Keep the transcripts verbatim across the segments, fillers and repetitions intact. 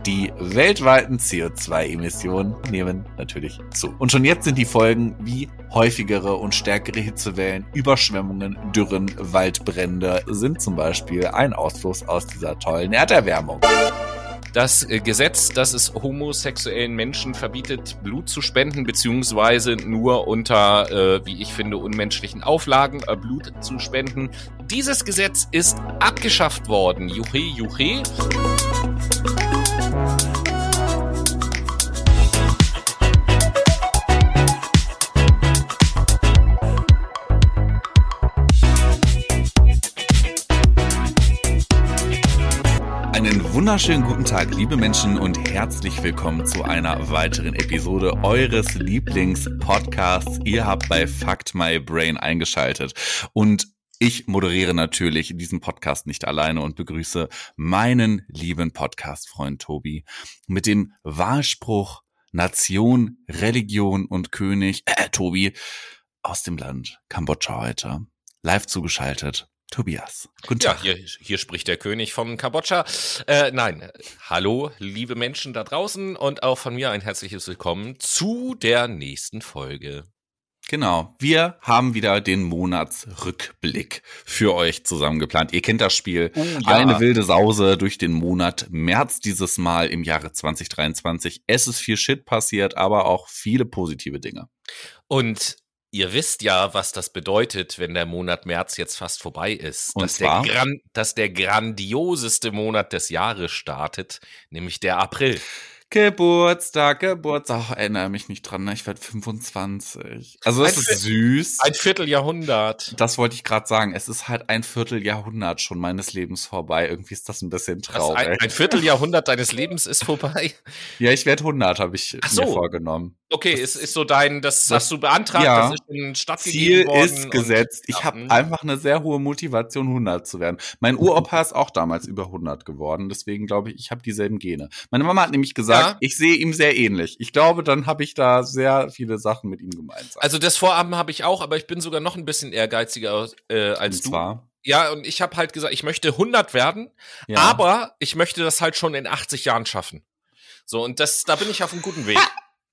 Die weltweiten C O zwei Emissionen nehmen natürlich zu. Und schon jetzt sind die Folgen wie häufigere und stärkere Hitzewellen, Überschwemmungen, Dürren, Waldbrände sind zum Beispiel ein Ausfluss aus dieser tollen Erderwärmung. Das Gesetz, das es homosexuellen Menschen verbietet, Blut zu spenden, beziehungsweise nur unter, äh, wie ich finde, unmenschlichen Auflagen äh, Blut zu spenden. Dieses Gesetz ist abgeschafft worden. Juche, juche. Einen wunderschönen guten Tag, liebe Menschen, und herzlich willkommen zu einer weiteren Episode eures Lieblingspodcasts. Ihr habt bei Fucked My Brain eingeschaltet und ich moderiere natürlich diesen Podcast nicht alleine und begrüße meinen lieben Podcast-Freund Tobi mit dem Wahlspruch Nation, Religion und König, äh, Tobi, aus dem Land Kambodscha heute. Live zugeschaltet. Tobias, guten Tag. Ja, hier, hier spricht der König von Kambodscha. Äh, nein, hallo, liebe Menschen da draußen und auch von mir ein herzliches Willkommen zu der nächsten Folge. Genau, wir haben wieder den Monatsrückblick für euch zusammen geplant. Ihr kennt das Spiel, oh, ja. Eine wilde Sause durch den Monat März dieses Mal im Jahre zwanzig dreiundzwanzig. Es ist viel Shit passiert, aber auch viele positive Dinge. Und ihr wisst ja, was das bedeutet, wenn der Monat März jetzt fast vorbei ist. Und dass, zwar? Der Gran- dass der grandioseste Monat des Jahres startet, nämlich der April. Geburtstag, Geburtstag. Oh, erinnere mich nicht dran, ne? Ich werde fünfundzwanzig. Also das Ein ist Viert- süß. Ein Vierteljahrhundert. Das wollte ich gerade sagen. Es ist halt ein Vierteljahrhundert schon meines Lebens vorbei. Irgendwie ist das ein bisschen traurig. Ein, ein Vierteljahrhundert deines Lebens ist vorbei. Ja, ich werde hundert, habe ich Ach so. mir vorgenommen. Okay, das ist, ist so dein, das, das hast du beantragt, ja, das ist schon stattgegeben Ziel worden. ist gesetzt. Ich habe einfach eine sehr hohe Motivation, hundert zu werden. Mein Uropa ist auch damals über hundert geworden. Deswegen glaube ich, ich habe dieselben Gene. Meine Mama hat nämlich gesagt, ja. Ich sehe ihm sehr ähnlich. Ich glaube, dann habe ich da sehr viele Sachen mit ihm gemeinsam. Also das Vorhaben habe ich auch, aber ich bin sogar noch ein bisschen ehrgeiziger äh, als und du. Zwar? Ja, und ich habe halt gesagt, ich möchte hundert werden, ja. aber ich möchte das halt schon in achtzig Jahren schaffen. So, und das, da bin ich auf einem guten Weg.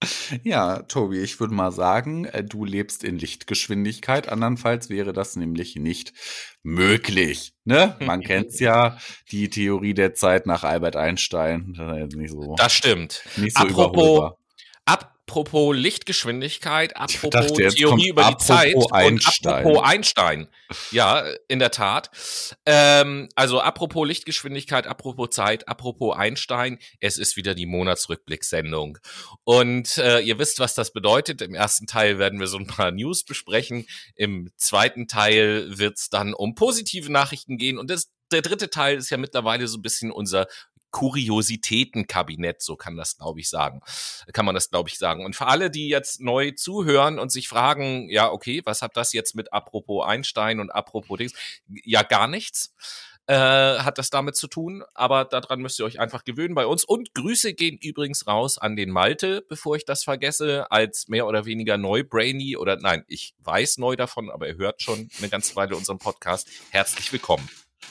Ja, Tobi, ich würde mal sagen, du lebst in Lichtgeschwindigkeit. Andernfalls wäre das nämlich nicht möglich. Ne? Man kennt's ja, die Theorie der Zeit nach Albert Einstein. Das ist jetzt nicht so. Das stimmt. Nicht so apropos, überholbar. Apropos Lichtgeschwindigkeit, apropos dachte, Theorie über die Zeit Einstein. und apropos Einstein. Ja, in der Tat. Ähm, also apropos Lichtgeschwindigkeit, apropos Zeit, apropos Einstein. Es ist wieder die Monatsrückblickssendung. Und äh, ihr wisst, was das bedeutet. Im ersten Teil werden wir so ein paar News besprechen. Im zweiten Teil wird's dann um positive Nachrichten gehen. Und das, der dritte Teil ist ja mittlerweile so ein bisschen unser Kuriositätenkabinett, so kann das, glaube ich, sagen. Kann man das, glaube ich, sagen. Und für alle, die jetzt neu zuhören und sich fragen, ja, okay, was hat das jetzt mit apropos Einstein und apropos Dings? Ja, gar nichts äh, hat das damit zu tun, aber daran müsst ihr euch einfach gewöhnen bei uns. Und Grüße gehen übrigens raus an den Malte, bevor ich das vergesse, als mehr oder weniger Neu-Brainy oder nein, ich weiß neu davon, aber er hört schon eine ganze Weile unseren Podcast. Herzlich willkommen.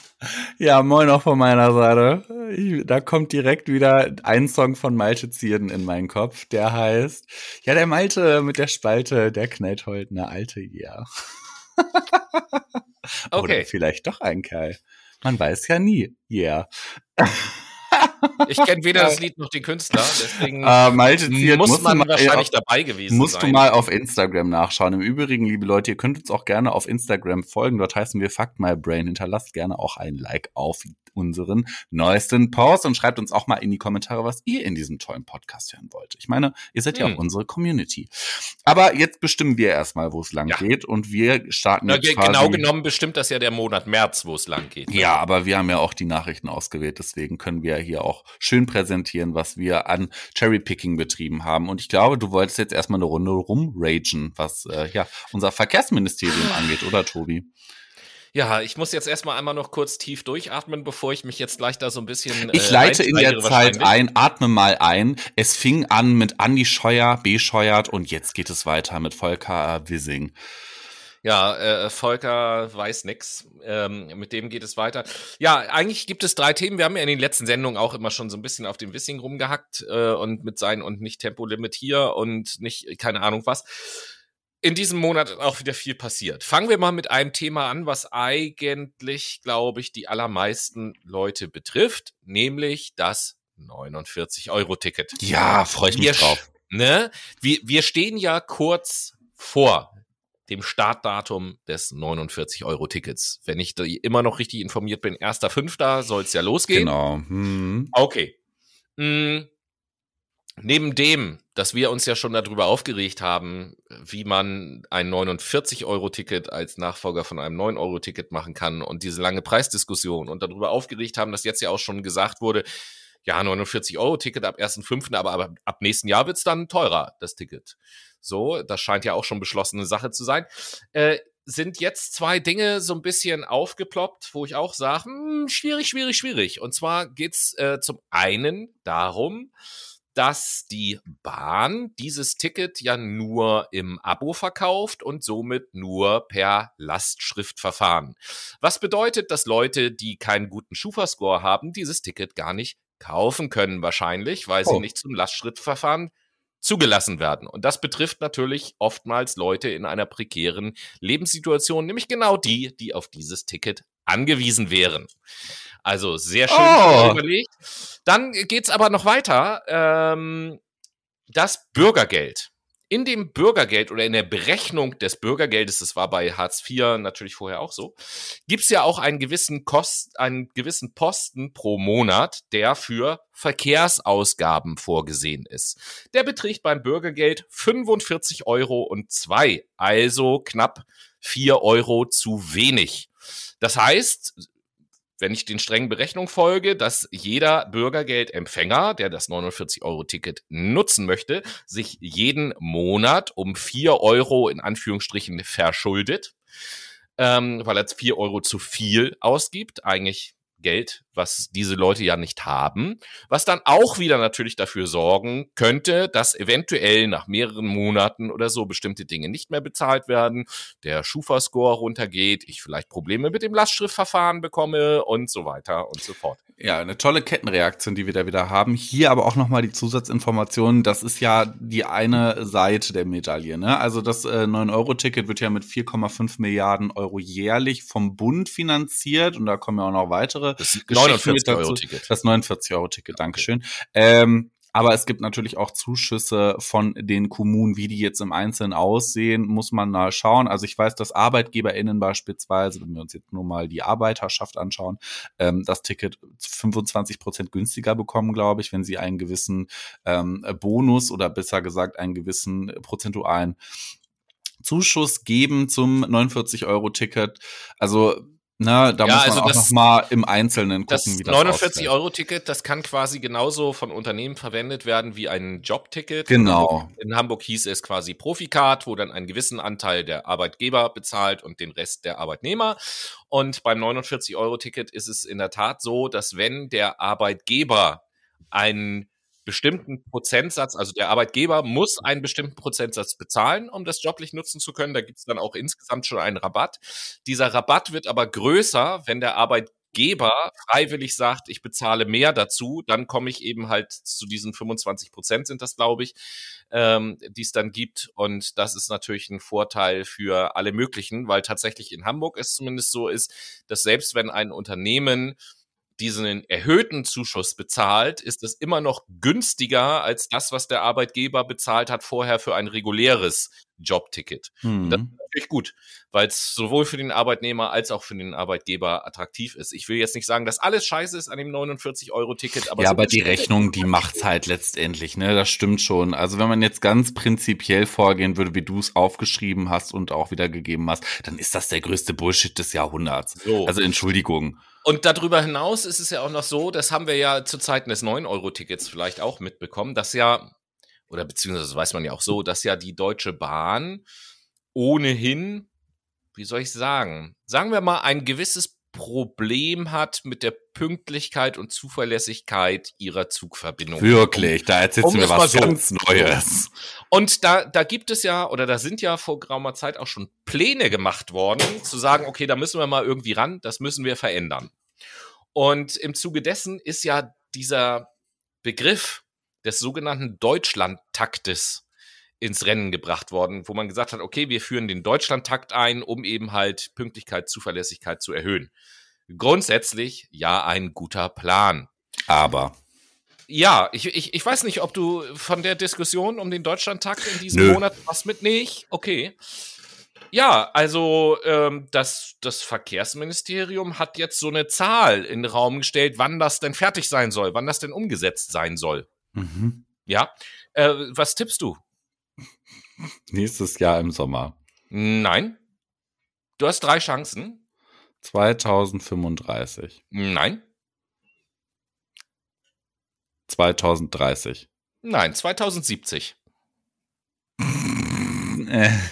Ja, moin auch von meiner Seite. Ich, da kommt direkt wieder ein Song von Malte Zierden in meinen Kopf, der heißt, ja, der Malte mit der Spalte, der knallt heute eine alte, ja. Okay. Oder vielleicht doch ein Kerl. Man weiß ja nie, yeah. Ich kenne weder das Lied noch den Künstler, deswegen äh, Malte Ziert, muss man mal, wahrscheinlich äh, dabei gewesen musst sein. Musst du mal auf Instagram nachschauen. Im Übrigen, liebe Leute, ihr könnt uns auch gerne auf Instagram folgen. Dort heißen wir Fuck My Brain. Hinterlasst gerne auch ein Like auf unseren neuesten Post und schreibt uns auch mal in die Kommentare, was ihr in diesem tollen Podcast hören wollt. Ich meine, ihr seid hm. ja auch unsere Community. Aber jetzt bestimmen wir erstmal, wo es lang ja. geht, und wir starten Na, jetzt genau quasi... genommen bestimmt das ja der Monat März, wo es lang geht. Ne? Ja, aber wir haben ja auch die Nachrichten ausgewählt, deswegen können wir hier auch schön präsentieren, was wir an Cherrypicking betrieben haben. Und ich glaube, du wolltest jetzt erstmal eine Runde rumragen, was äh, ja unser Verkehrsministerium angeht, oder Tobi? Ja, ich muss jetzt erstmal einmal noch kurz tief durchatmen, bevor ich mich jetzt gleich da so ein bisschen Ich äh, leite in der Zeit ein, atme mal ein. Es fing an mit Andi Scheuer, bescheuert, und jetzt geht es weiter mit Volker Wissing. Ja, äh, Volker weiß nix. Ähm, mit dem geht es weiter. Ja, eigentlich gibt es drei Themen. Wir haben ja in den letzten Sendungen auch immer schon so ein bisschen auf dem Wissing rumgehackt äh, und mit sein und nicht Tempolimit hier und nicht keine Ahnung was. In diesem Monat ist auch wieder viel passiert. Fangen wir mal mit einem Thema an, was eigentlich, glaube ich, die allermeisten Leute betrifft, nämlich das neunundvierzig-Euro-Ticket. Ja, freue ich mich Wir, drauf. ne? wir, wir stehen ja kurz vor dem Startdatum des neunundvierzig-Euro-Tickets. Wenn ich da immer noch richtig informiert bin, erster Fünfter soll es ja losgehen. Genau. Hm. Okay. Hm. Neben dem, dass wir uns ja schon darüber aufgeregt haben, wie man ein neunundvierzig-Euro-Ticket als Nachfolger von einem neun-Euro-Ticket machen kann und diese lange Preisdiskussion und darüber aufgeregt haben, dass jetzt ja auch schon gesagt wurde, ja, neunundvierzig-Euro-Ticket ab ersten Fünften, aber, aber ab nächsten Jahr wird's dann teurer, das Ticket. So, das scheint ja auch schon beschlossene Sache zu sein. Äh, sind jetzt zwei Dinge so ein bisschen aufgeploppt, wo ich auch sage, hm, schwierig, schwierig, schwierig. Und zwar geht's äh, zum einen darum, dass die Bahn dieses Ticket ja nur im Abo verkauft und somit nur per Lastschriftverfahren. Was bedeutet, dass Leute, die keinen guten Schufa-Score haben, dieses Ticket gar nicht kaufen können wahrscheinlich, weil sie Oh. nicht zum Lastschriftverfahren zugelassen werden. Und das betrifft natürlich oftmals Leute in einer prekären Lebenssituation, nämlich genau die, die auf dieses Ticket angewiesen wären. Also sehr schön Oh. überlegt. Dann geht's aber noch weiter. Ähm, das Bürgergeld. In dem Bürgergeld oder in der Berechnung des Bürgergeldes, das war bei Hartz vier natürlich vorher auch so, gibt's ja auch einen gewissen Kost, einen gewissen Posten pro Monat, der für Verkehrsausgaben vorgesehen ist. Der beträgt beim Bürgergeld fünfundvierzig Euro und zwei, also knapp vier Euro zu wenig. Das heißt, wenn ich den strengen Berechnungen folge, dass jeder Bürgergeldempfänger, der das neunundvierzig-Euro-Ticket nutzen möchte, sich jeden Monat um vier Euro in Anführungsstrichen verschuldet, ähm, weil er vier Euro zu viel ausgibt. Eigentlich Geld, was diese Leute ja nicht haben, was dann auch wieder natürlich dafür sorgen könnte, dass eventuell nach mehreren Monaten oder so bestimmte Dinge nicht mehr bezahlt werden, der Schufa-Score runtergeht, ich vielleicht Probleme mit dem Lastschriftverfahren bekomme und so weiter und so fort. Ja, eine tolle Kettenreaktion, die wir da wieder haben. Hier aber auch nochmal die Zusatzinformation, das ist ja die eine Seite der Medaille, ne? Also das äh, neun-Euro-Ticket wird ja mit vier Komma fünf Milliarden Euro jährlich vom Bund finanziert und da kommen ja auch noch weitere Das neunundvierzig-Euro-Ticket. Das neunundvierzig-Euro-Ticket, Dankeschön. Ähm, aber es gibt natürlich auch Zuschüsse von den Kommunen, wie die jetzt im Einzelnen aussehen, muss man mal schauen. Also ich weiß, dass ArbeitgeberInnen beispielsweise, wenn wir uns jetzt nur mal die Arbeiterschaft anschauen, ähm, das Ticket fünfundzwanzig Prozent günstiger bekommen, glaube ich, wenn sie einen gewissen ähm, Bonus oder besser gesagt einen gewissen prozentualen Zuschuss geben zum neunundvierzig-Euro-Ticket. Also Na, da Ja, muss man also auch das- noch mal im Einzelnen gucken, Das wie das ausfällt. neunundvierzig-Euro-Ticket, das kann quasi genauso von Unternehmen verwendet werden wie ein Jobticket. Genau. In Hamburg hieß es quasi Proficard, wo dann einen gewissen Anteil der Arbeitgeber bezahlt und den Rest der Arbeitnehmer. Und beim neunundvierzig-Euro-Ticket ist es in der Tat so, dass wenn der Arbeitgeber einen bestimmten Prozentsatz, also der Arbeitgeber muss einen bestimmten Prozentsatz bezahlen, um das joblich nutzen zu können. Da gibt es dann auch insgesamt schon einen Rabatt. Dieser Rabatt wird aber größer, wenn der Arbeitgeber freiwillig sagt, ich bezahle mehr dazu, dann komme ich eben halt zu diesen fünfundzwanzig Prozent sind das, glaube ich, ähm, die es dann gibt. Und das ist natürlich ein Vorteil für alle möglichen, weil tatsächlich in Hamburg es zumindest so ist, dass selbst wenn ein Unternehmen diesen erhöhten Zuschuss bezahlt, ist es immer noch günstiger als das, was der Arbeitgeber bezahlt hat vorher für ein reguläres Jobticket. Und das Hm. ist natürlich gut, weil es sowohl für den Arbeitnehmer als auch für den Arbeitgeber attraktiv ist. Ich will jetzt nicht sagen, dass alles scheiße ist an dem neunundvierzig-Euro-Ticket, aber Ja, so aber die bestimmte- Rechnung, die macht's halt letztendlich, ne? Das stimmt schon. Also wenn man jetzt ganz prinzipiell vorgehen würde, wie du es aufgeschrieben hast und auch wiedergegeben hast, dann ist das der größte Bullshit des Jahrhunderts. So. Also Entschuldigung. Und darüber hinaus ist es ja auch noch so, das haben wir ja zu Zeiten des neun-Euro-Tickets vielleicht auch mitbekommen, dass ja, oder beziehungsweise weiß man ja auch so, dass ja die Deutsche Bahn ohnehin, wie soll ich sagen, sagen wir mal, ein gewisses Problem hat mit der Pünktlichkeit und Zuverlässigkeit ihrer Zugverbindung. Wirklich, da erzählst Um du mir es mal was so- ganz Neues. Und da, da gibt es ja, oder da sind ja vor geraumer Zeit auch schon Pläne gemacht worden, zu sagen, okay, da müssen wir mal irgendwie ran, das müssen wir verändern. Und im Zuge dessen ist ja dieser Begriff des sogenannten Deutschlandtaktes ins Rennen gebracht worden, wo man gesagt hat, okay, wir führen den Deutschlandtakt ein, um eben halt Pünktlichkeit, Zuverlässigkeit zu erhöhen. Grundsätzlich ja ein guter Plan. Aber Ja, ich, ich, ich weiß nicht, ob du von der Diskussion um den Deutschlandtakt in diesem Nö. Monat was mit nicht. Okay. Ja, also ähm, das, das Verkehrsministerium hat jetzt so eine Zahl in den Raum gestellt, wann das denn fertig sein soll, wann das denn umgesetzt sein soll. mhm. Ja, äh, was tippst du? nächstes Jahr im Sommer. Nein. Du hast drei Chancen. zweitausendfünfunddreißig. Nein. zweitausenddreißig. Nein, zweitausendsiebzig. Nein,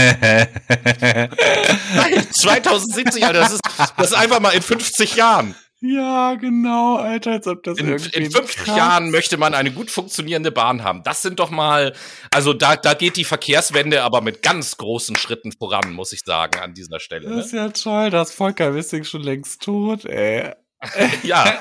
zweitausendsiebzig, Alter, das ist, das ist einfach mal in fünfzig Jahren. Ja, genau, Alter, als ob das In, irgendwie in fünfzig krass- Jahren möchte man eine gut funktionierende Bahn haben. Das sind doch mal, also da, da geht die Verkehrswende aber mit ganz großen Schritten voran, muss ich sagen, an dieser Stelle. Das ist Ne? ja toll, da ist Volker Wissing schon längst tot, ey. Ja,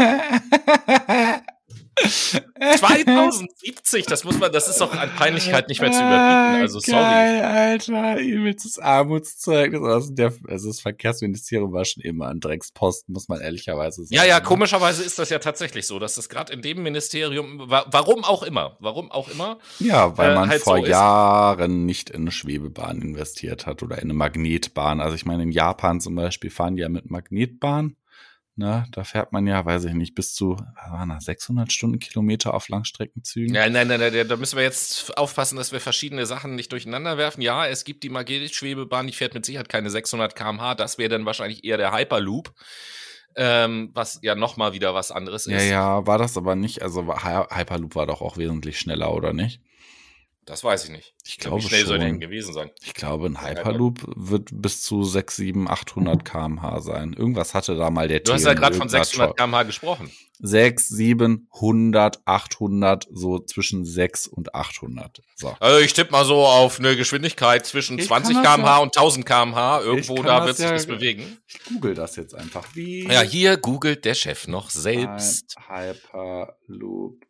zweitausendsiebzig, das muss man, das ist doch an Peinlichkeit nicht mehr zu überbieten. Also sorry. Geil, Alter, übelstes Armutszeugnis. Also, der, also das Verkehrsministerium war schon immer ein Drecksposten, muss man ehrlicherweise sagen. Ja, ja, komischerweise ist das ja tatsächlich so, dass das gerade in dem Ministerium, wa- warum auch immer, warum auch immer, Ja, weil äh, man halt vor so ist. Jahren nicht in eine Schwebebahn investiert hat oder in eine Magnetbahn. Also ich meine, in Japan zum Beispiel fahren die ja mit Magnetbahn. Ne, da fährt man ja, weiß ich nicht, bis zu was waren das, sechshundert Stundenkilometer auf Langstreckenzügen. Nein, nein, nein, nein, da müssen wir jetzt aufpassen, dass wir verschiedene Sachen nicht durcheinander werfen. Ja, es gibt die Magnetschwebebahn, die fährt mit Sicherheit keine sechshundert Kilometer pro Stunde. Das wäre dann wahrscheinlich eher der Hyperloop, ähm, was ja nochmal wieder was anderes Ja, ist. ja, war das aber nicht. Also war- Hy- Hyperloop war doch auch wesentlich schneller, oder nicht? Das weiß ich nicht. Ich glaube Wie schnell soll der denn schon. gewesen sein? Ich glaube, ein Hyperloop wird bis zu sechshundert, siebenhundert, achthundert Kilometer pro Stunde sein. Irgendwas hatte da mal der Du hast ja Theo gerade von irgendeiner sechshundert Talk. Kilometer pro Stunde gesprochen. sechs, siebenhundert, achthundert, so zwischen sechs und achthundert. So. Also ich tippe mal so auf eine Geschwindigkeit zwischen Ich zwanzig kann das Kilometer pro Stunde ja- und tausend Kilometer pro Stunde. Irgendwo Ich kann da das wird sich ja- das bewegen. Ich google das jetzt einfach. Wie Ja, hier googelt der Chef noch selbst. ein Hyperloop.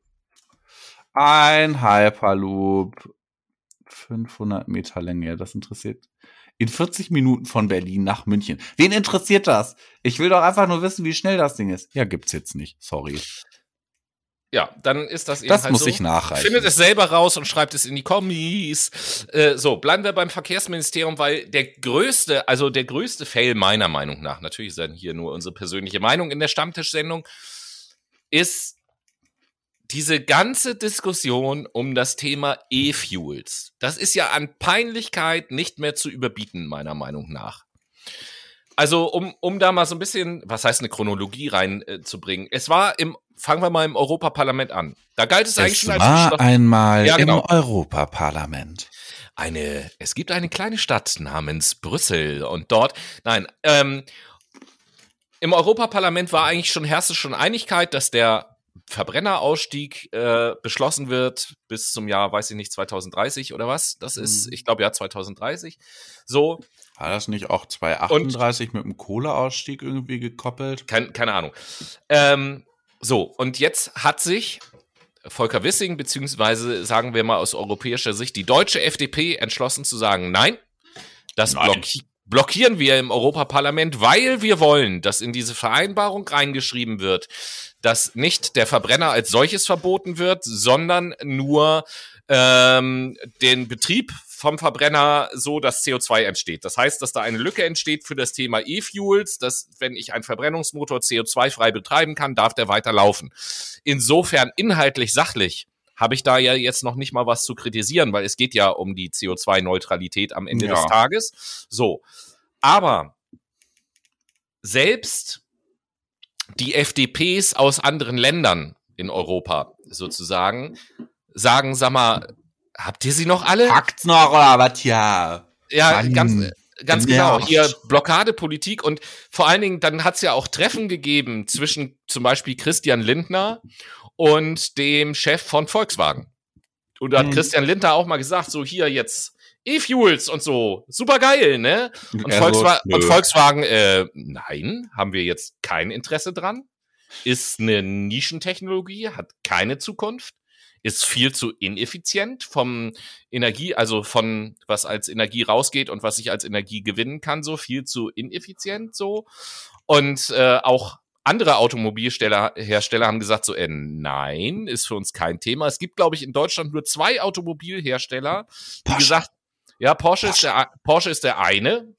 Ein Hyperloop. fünfhundert Meter Länge, ja, das interessiert. In vierzig Minuten von Berlin nach München. Wen interessiert das? Ich will doch einfach nur wissen, wie schnell das Ding ist. Ja, gibt's jetzt nicht. Sorry. Ja, dann ist das eben Das halt muss so. ich nachreichen. Findet es selber raus und schreibt es in die Kommis. Äh, so, bleiben wir beim Verkehrsministerium, weil der größte, also der größte Fail meiner Meinung nach, natürlich ist dann hier nur unsere persönliche Meinung in der Stammtischsendung, ist diese ganze Diskussion um das Thema E-Fuels. Das ist ja an Peinlichkeit nicht mehr zu überbieten, meiner Meinung nach. Also, um, um da mal so ein bisschen, was heißt eine Chronologie reinzubringen. Äh, es war im, fangen wir mal im Europaparlament an. Da galt es, eigentlich Es schon als war beschlossen. einmal Ja, genau. im Europaparlament. Eine, es gibt eine kleine Stadt namens Brüssel und dort, nein, ähm, im Europaparlament war eigentlich schon, herrschte schon Einigkeit, dass der Verbrennerausstieg äh, beschlossen wird bis zum Jahr, weiß ich nicht, zweitausenddreißig oder was? Das ist, Mhm. ich glaube, ja, zweitausenddreißig. So, War das nicht auch zweitausendachtunddreißig mit dem Kohleausstieg irgendwie gekoppelt? kein, keine Ahnung. Ähm, so, und jetzt hat sich Volker Wissing, beziehungsweise sagen wir mal aus europäischer Sicht, die deutsche F D P entschlossen zu sagen, nein, das Nein. blocki blockieren wir im Europaparlament, weil wir wollen, dass in diese Vereinbarung reingeschrieben wird, dass nicht der Verbrenner als solches verboten wird, sondern nur ähm, den Betrieb vom Verbrenner so, dass C O zwei entsteht. Das heißt, dass da eine Lücke entsteht für das Thema E-Fuels, dass wenn ich einen Verbrennungsmotor C O zwei frei betreiben kann, darf der weiter laufen. Insofern inhaltlich, sachlich habe ich da ja jetzt noch nicht mal was zu kritisieren, weil es geht ja um die C O zwei Neutralität am Ende Ja. des Tages. So, aber selbst die F D Ps aus anderen Ländern in Europa sozusagen sagen, sag mal, habt ihr sie noch alle? Packt's noch oder was, ja? Ja, Mann. ganz, Ganz Nervt. genau, hier Blockadepolitik und vor allen Dingen, dann hat es ja auch Treffen gegeben zwischen zum Beispiel Christian Lindner und dem Chef von Volkswagen. Und da hat Mhm. Christian Lindner auch mal gesagt, so hier jetzt E-Fuels und so, super geil, ne? Und, Er Volkswa- so, nö. und Volkswagen, äh, nein, haben wir jetzt kein Interesse dran. Ist eine Nischentechnologie, hat keine Zukunft, ist viel zu ineffizient vom Energie, also von was als Energie rausgeht und was ich als Energie gewinnen kann, so viel zu ineffizient so. Und äh, auch andere Automobilhersteller Hersteller haben gesagt so, äh, nein, ist für uns kein Thema. Es gibt, glaube ich, in Deutschland nur zwei Automobilhersteller, die Porsche. gesagt, ja, Porsche, Porsche. Ist der, Porsche ist der eine.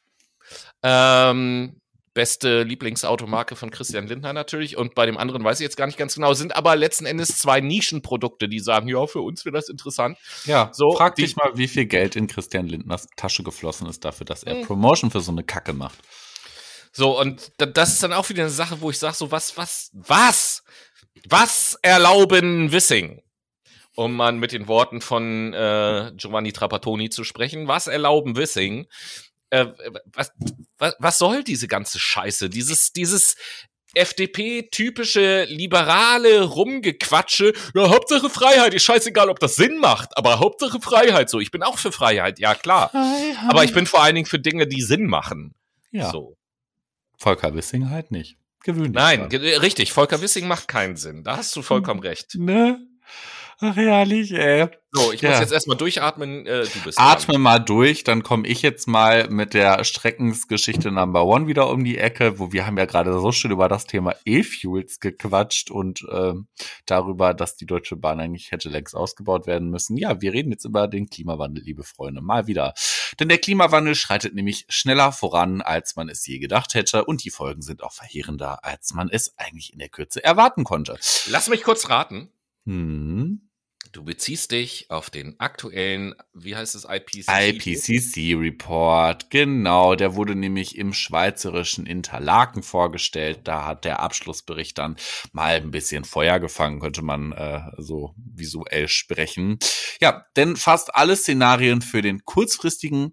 Ähm, beste Lieblingsautomarke von Christian Lindner natürlich. Und bei dem anderen weiß ich jetzt gar nicht ganz genau. Sind aber letzten Endes zwei Nischenprodukte, die sagen, ja, für uns wäre das interessant. Ja, So, frag die- dich mal, wie viel Geld in Christian Lindners Tasche geflossen ist dafür, dass er Hm. Promotion für so eine Kacke macht. So, und da- das ist dann auch wieder eine Sache, wo ich sage, so, was, was, was, was erlauben Wissing? Um mal mit den Worten von äh, Giovanni Trapattoni zu sprechen. Was erlauben Wissing? Äh, was, was, was soll diese ganze Scheiße? Dieses, dieses F D P-typische liberale Rumgequatsche. Ja, Hauptsache Freiheit. Ist scheißegal, ob das Sinn macht, aber Hauptsache Freiheit. So, ich bin auch für Freiheit, ja klar. Aber ich bin vor allen Dingen für Dinge, die Sinn machen. Ja, So. Volker Wissing halt nicht. Gewöhnlich. Nein, ge- richtig. Volker Wissing macht keinen Sinn. Da hast du vollkommen recht. Ne? Ach, herrlich, ey. So, ich Ja. muss jetzt erstmal durchatmen. Äh, du bist Atme dran. mal durch, dann komme ich jetzt mal mit der Streckensgeschichte Number One wieder um die Ecke, wo wir haben ja gerade so schön über das Thema E-Fuels gequatscht und ähm, darüber, dass die Deutsche Bahn eigentlich hätte längst ausgebaut werden müssen. Ja, wir reden jetzt über den Klimawandel, liebe Freunde, mal wieder. Denn der Klimawandel schreitet nämlich schneller voran, als man es je gedacht hätte und die Folgen sind auch verheerender, als man es eigentlich in der Kürze erwarten konnte. Lass mich kurz raten. Hm. Du beziehst dich auf den aktuellen, wie heißt es, I P C C? I P C C-Report, genau, der wurde nämlich im schweizerischen Interlaken vorgestellt. Da hat der Abschlussbericht dann mal ein bisschen Feuer gefangen, könnte man äh, so visuell sprechen. Ja, denn fast alle Szenarien für den kurzfristigen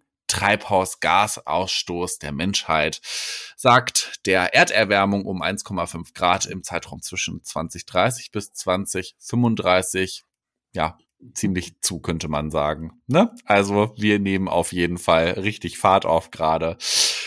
Treibhausgasausstoß der Menschheit sagt der Erderwärmung um eins Komma fünf Grad im Zeitraum zwischen zwanzig dreißig bis zwanzig fünfunddreißig ja, ziemlich zu, könnte man sagen. Ne? Also wir nehmen auf jeden Fall richtig Fahrt auf gerade.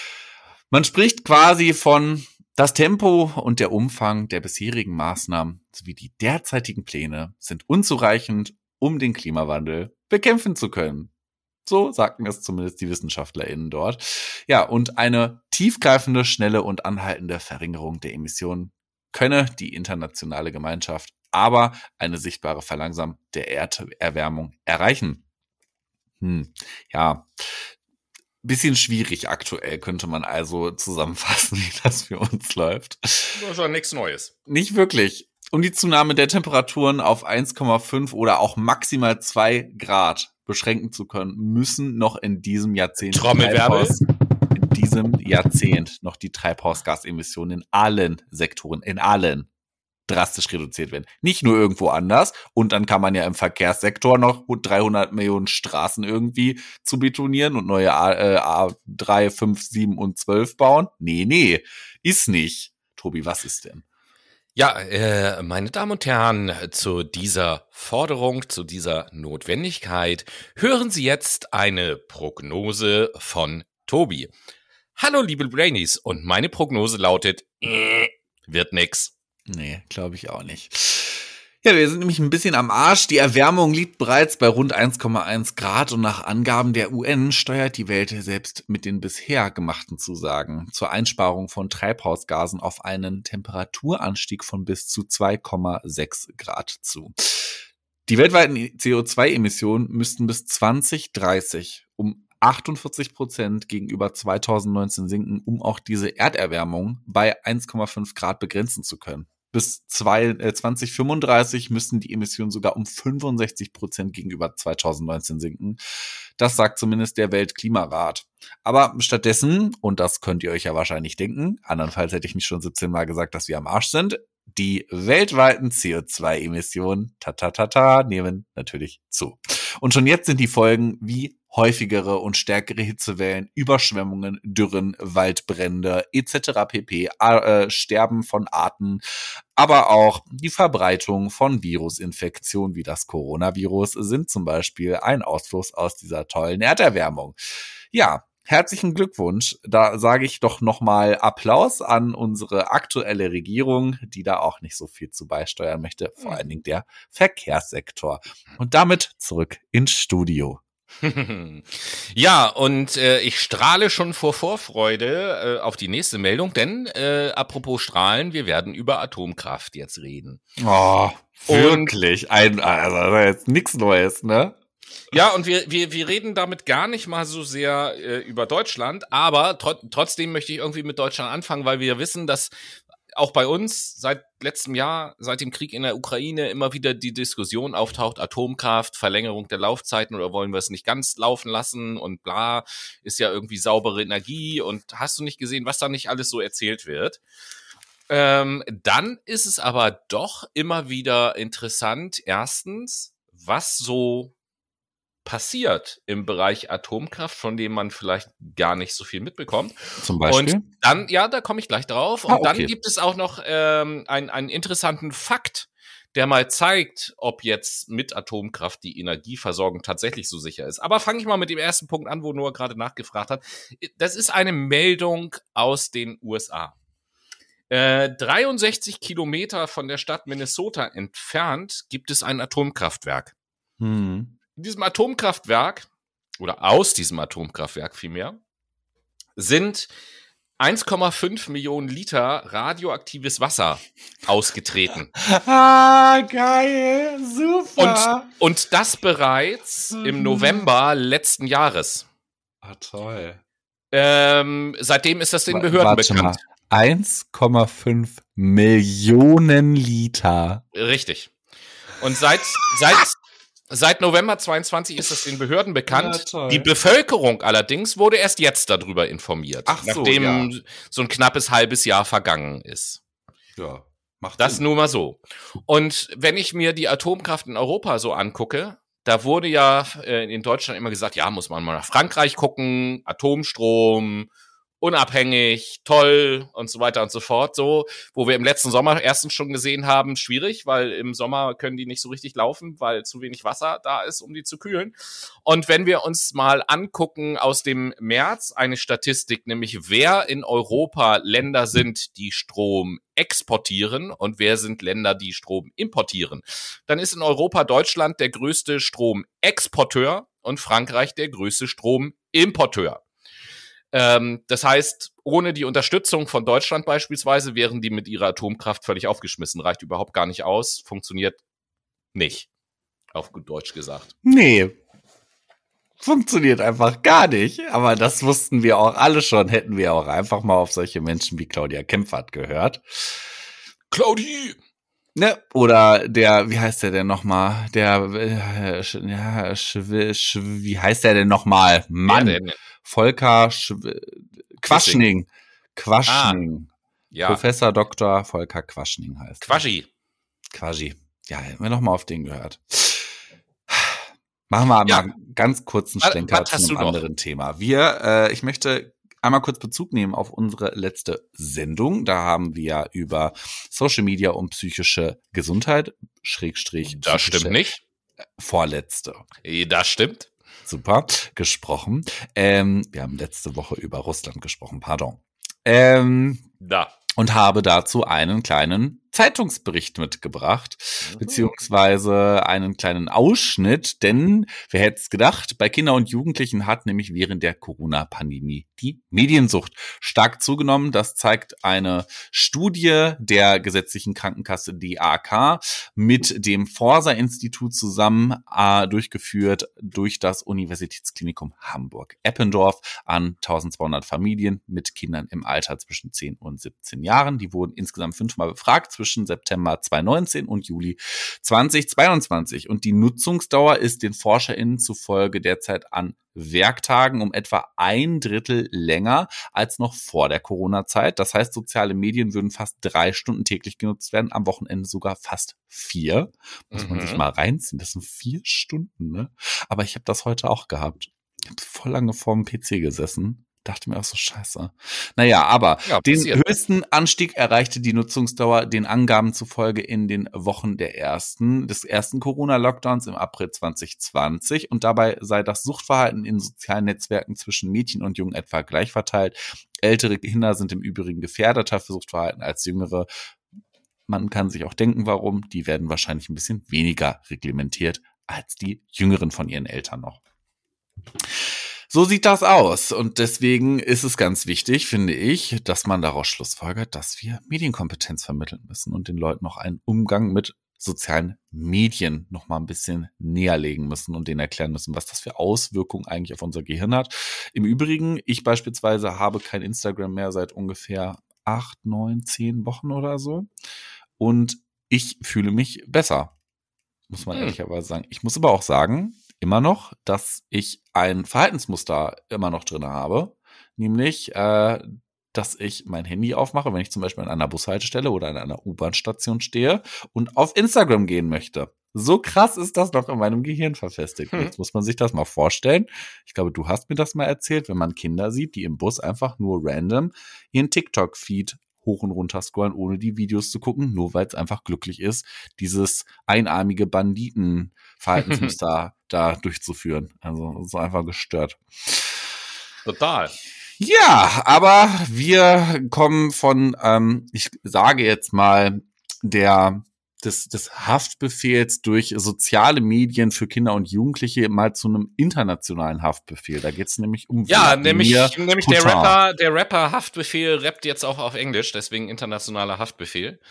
Man spricht quasi von das Tempo und der Umfang der bisherigen Maßnahmen sowie die derzeitigen Pläne sind unzureichend, um den Klimawandel bekämpfen zu können. So sagten es zumindest die WissenschaftlerInnen dort. Ja, und eine tiefgreifende, schnelle und anhaltende Verringerung der Emissionen könne die internationale Gemeinschaft aber eine sichtbare Verlangsamung der Erderwärmung erreichen. Hm, ja, bisschen schwierig aktuell, könnte man also zusammenfassen, wie das für uns läuft. Das ist doch nichts Neues. Nicht wirklich. Um die Zunahme der Temperaturen auf eins Komma fünf oder auch maximal zwei Grad beschränken zu können, müssen noch in diesem Jahrzehnt Trommelwirbel. Treibhaus- in diesem Jahrzehnt noch die Treibhausgasemissionen in allen Sektoren, in allen drastisch reduziert werden. Nicht nur irgendwo anders. Und dann kann man ja im Verkehrssektor noch dreihundert Millionen Straßen irgendwie zu betonieren und neue A, äh, A drei, fünf, sieben und zwölf bauen. Nee, nee, ist nicht. Tobi, was ist denn? Ja, äh, meine Damen und Herren, zu dieser Forderung, zu dieser Notwendigkeit hören Sie jetzt eine Prognose von Tobi. Hallo, liebe Brainies, und meine Prognose lautet, äh, wird nix. Nee, glaube ich auch nicht. Ja, wir sind nämlich ein bisschen am Arsch. Die Erwärmung liegt bereits bei rund eins Komma eins Grad und nach Angaben der U N steuert die Welt selbst mit den bisher gemachten Zusagen zur Einsparung von Treibhausgasen auf einen Temperaturanstieg von bis zu zwei Komma sechs Grad zu. Die weltweiten C O zwei Emissionen müssten bis zwanzig dreißig um achtundvierzig Prozent gegenüber zweitausendneunzehn sinken, um auch diese Erderwärmung bei eins Komma fünf Grad begrenzen zu können. Bis zwanzig fünfunddreißig müssten die Emissionen sogar um fünfundsechzig Prozent gegenüber zweitausendneunzehn sinken. Das sagt zumindest der Weltklimarat. Aber stattdessen, und das könnt ihr euch ja wahrscheinlich denken, andernfalls hätte ich nicht schon siebzehn Mal gesagt, dass wir am Arsch sind, die weltweiten C O zwei Emissionen, ta ta ta ta, nehmen natürlich zu. Und schon jetzt sind die Folgen wie häufigere und stärkere Hitzewellen, Überschwemmungen, Dürren, Waldbrände et cetera pp, äh, Sterben von Arten, aber auch die Verbreitung von Virusinfektionen wie das Coronavirus sind zum Beispiel ein Ausfluss aus dieser tollen Erderwärmung. Ja, herzlichen Glückwunsch. Da sage ich doch nochmal Applaus an unsere aktuelle Regierung, die da auch nicht so viel zu beisteuern möchte, vor allen Dingen der Verkehrssektor. Und damit zurück ins Studio. Ja, und äh, ich strahle schon vor Vorfreude äh, auf die nächste Meldung, denn äh, apropos Strahlen, wir werden über Atomkraft jetzt reden. Oh, wirklich? Und, Ein, also jetzt nichts Neues, ne? Ja, und wir, wir, wir reden damit gar nicht mal so sehr äh, über Deutschland, aber tro- trotzdem möchte ich irgendwie mit Deutschland anfangen, weil wir wissen, dass auch bei uns seit letztem Jahr, seit dem Krieg in der Ukraine, immer wieder die Diskussion auftaucht, Atomkraft, Verlängerung der Laufzeiten oder wollen wir es nicht ganz laufen lassen und bla, ist ja irgendwie saubere Energie und hast du nicht gesehen, was da nicht alles so erzählt wird. Ähm, dann ist es aber doch immer wieder interessant, erstens, was so passiert im Bereich Atomkraft, von dem man vielleicht gar nicht so viel mitbekommt. Zum Beispiel? Und dann, ja, da komme ich gleich drauf. Und ah, okay. Dann gibt es auch noch ähm, ein, einen interessanten Fakt, der mal zeigt, ob jetzt mit Atomkraft die Energieversorgung tatsächlich so sicher ist. Aber fange ich mal mit dem ersten Punkt an, wo Noah gerade nachgefragt hat. Das ist eine Meldung aus den U S A. Äh, dreiundsechzig Kilometer von der Stadt Minnesota entfernt gibt es ein Atomkraftwerk. Hm. In diesem Atomkraftwerk, oder aus diesem Atomkraftwerk vielmehr, sind eins Komma fünf Millionen Liter radioaktives Wasser ausgetreten. Ah, geil, super. Und, und das bereits mhm. im November letzten Jahres. Ah, toll. Ähm, seitdem ist das den Behörden Warte bekannt. Mal. eins Komma fünf Millionen Liter. Richtig. Und seit, seit, seit November zweiundzwanzig ist das den Behörden bekannt. Ja, die Bevölkerung allerdings wurde erst jetzt darüber informiert. Ach so, nachdem ja. so ein knappes halbes Jahr vergangen ist. Ja, macht Das Sinn. nur mal so. Und wenn ich mir die Atomkraft in Europa so angucke, da wurde ja äh, in Deutschland immer gesagt, ja, muss man mal nach Frankreich gucken, Atomstrom, unabhängig, toll und so weiter und so fort. So, wo wir im letzten Sommer erstens schon gesehen haben, schwierig, weil im Sommer können die nicht so richtig laufen, weil zu wenig Wasser da ist, um die zu kühlen. Und wenn wir uns mal angucken aus dem März eine Statistik, nämlich wer in Europa Länder sind, die Strom exportieren und wer sind Länder, die Strom importieren, dann ist in Europa Deutschland der größte Stromexporteur und Frankreich der größte Stromimporteur. Ähm, das heißt, ohne die Unterstützung von Deutschland beispielsweise wären die mit ihrer Atomkraft völlig aufgeschmissen. Reicht überhaupt gar nicht aus, funktioniert nicht. Auf gut Deutsch gesagt. Nee. Funktioniert einfach gar nicht. Aber das wussten wir auch alle schon. Hätten wir auch einfach mal auf solche Menschen wie Claudia Kempfert gehört. Claudie! Ne? Oder der, wie heißt der denn nochmal? Der, äh, ja, sch, sch, wie heißt der denn nochmal? Mann! Ja, denn? Volker Sch Quaschning. Quaschning. Ah, ja. Professor Doktor Volker Quaschning heißt. Quaschi. Quaschi. Ja, hätten wir nochmal auf den gehört. Machen wir ja. mal ganz kurzen Schlenker zu einem anderen Thema. Wir, äh, ich möchte einmal kurz Bezug nehmen auf unsere letzte Sendung. Da haben wir über Social Media und psychische Gesundheit, Schrägstrich. Das stimmt nicht. Vorletzte. Das stimmt. Super, gesprochen. Ähm, wir haben letzte Woche über Russland gesprochen, pardon. Ähm, da. Und habe dazu einen kleinen Zeitungsbericht mitgebracht, mhm. beziehungsweise einen kleinen Ausschnitt, denn wer hätte es gedacht, bei Kindern und Jugendlichen hat nämlich während der Corona-Pandemie die Mediensucht stark zugenommen. Das zeigt eine Studie der gesetzlichen Krankenkasse D A K mit dem Forsa-Institut zusammen äh, durchgeführt durch das Universitätsklinikum Hamburg-Eppendorf an eintausendzweihundert Familien mit Kindern im Alter zwischen zehn und siebzehn Jahren. Die wurden insgesamt fünfmal befragt zwischen September zweitausendneunzehn und Juli zweitausendzweiundzwanzig. Und die Nutzungsdauer ist den ForscherInnen zufolge derzeit an Werktagen um etwa ein Drittel länger als noch vor der Corona-Zeit. Das heißt, soziale Medien würden fast drei Stunden täglich genutzt werden, am Wochenende sogar fast vier. Muss mhm. man sich mal reinziehen. Das sind vier Stunden, ne? Aber ich habe das heute auch gehabt. Ich habe voll lange vorm P C gesessen. Dachte mir auch so, scheiße. Naja, aber Ja, den passiert. höchsten Anstieg erreichte die Nutzungsdauer den Angaben zufolge in den Wochen der ersten, des ersten Corona-Lockdowns im April zwanzig zwanzig. Und dabei sei das Suchtverhalten in sozialen Netzwerken zwischen Mädchen und Jungen etwa gleich verteilt. Ältere Kinder sind im Übrigen gefährdeter für Suchtverhalten als jüngere. Man kann sich auch denken, warum. Die werden wahrscheinlich ein bisschen weniger reglementiert als die Jüngeren von ihren Eltern noch. So sieht das aus. Und deswegen ist es ganz wichtig, finde ich, dass man daraus schlussfolgert, dass wir Medienkompetenz vermitteln müssen und den Leuten noch einen Umgang mit sozialen Medien noch mal ein bisschen näher legen müssen und denen erklären müssen, was das für Auswirkungen eigentlich auf unser Gehirn hat. Im Übrigen, ich beispielsweise habe kein Instagram mehr seit ungefähr acht, neun, zehn Wochen oder so. Und ich fühle mich besser, muss man hm. ehrlicherweise sagen. Ich muss aber auch sagen, immer noch, dass ich ein Verhaltensmuster immer noch drin habe, nämlich, äh, dass ich mein Handy aufmache, wenn ich zum Beispiel an einer Bushaltestelle oder an einer U-Bahn-Station stehe und auf Instagram gehen möchte. So krass ist das noch in meinem Gehirn verfestigt. Hm. Jetzt muss man sich das mal vorstellen. Ich glaube, du hast mir das mal erzählt, wenn man Kinder sieht, die im Bus einfach nur random ihren TikTok-Feed hoch und runter scrollen, ohne die Videos zu gucken, nur weil es einfach glücklich ist, dieses einarmige Banditen-Verhaltensmuster da durchzuführen. Also so einfach gestört. Total. Ja, aber wir kommen von, ähm, ich sage jetzt mal, der des, des Haftbefehls durch soziale Medien für Kinder und Jugendliche mal zu einem internationalen Haftbefehl. Da geht's nämlich um ja, nämlich, nämlich der Rapper, der Rapper Haftbefehl rappt jetzt auch auf Englisch, deswegen internationaler Haftbefehl.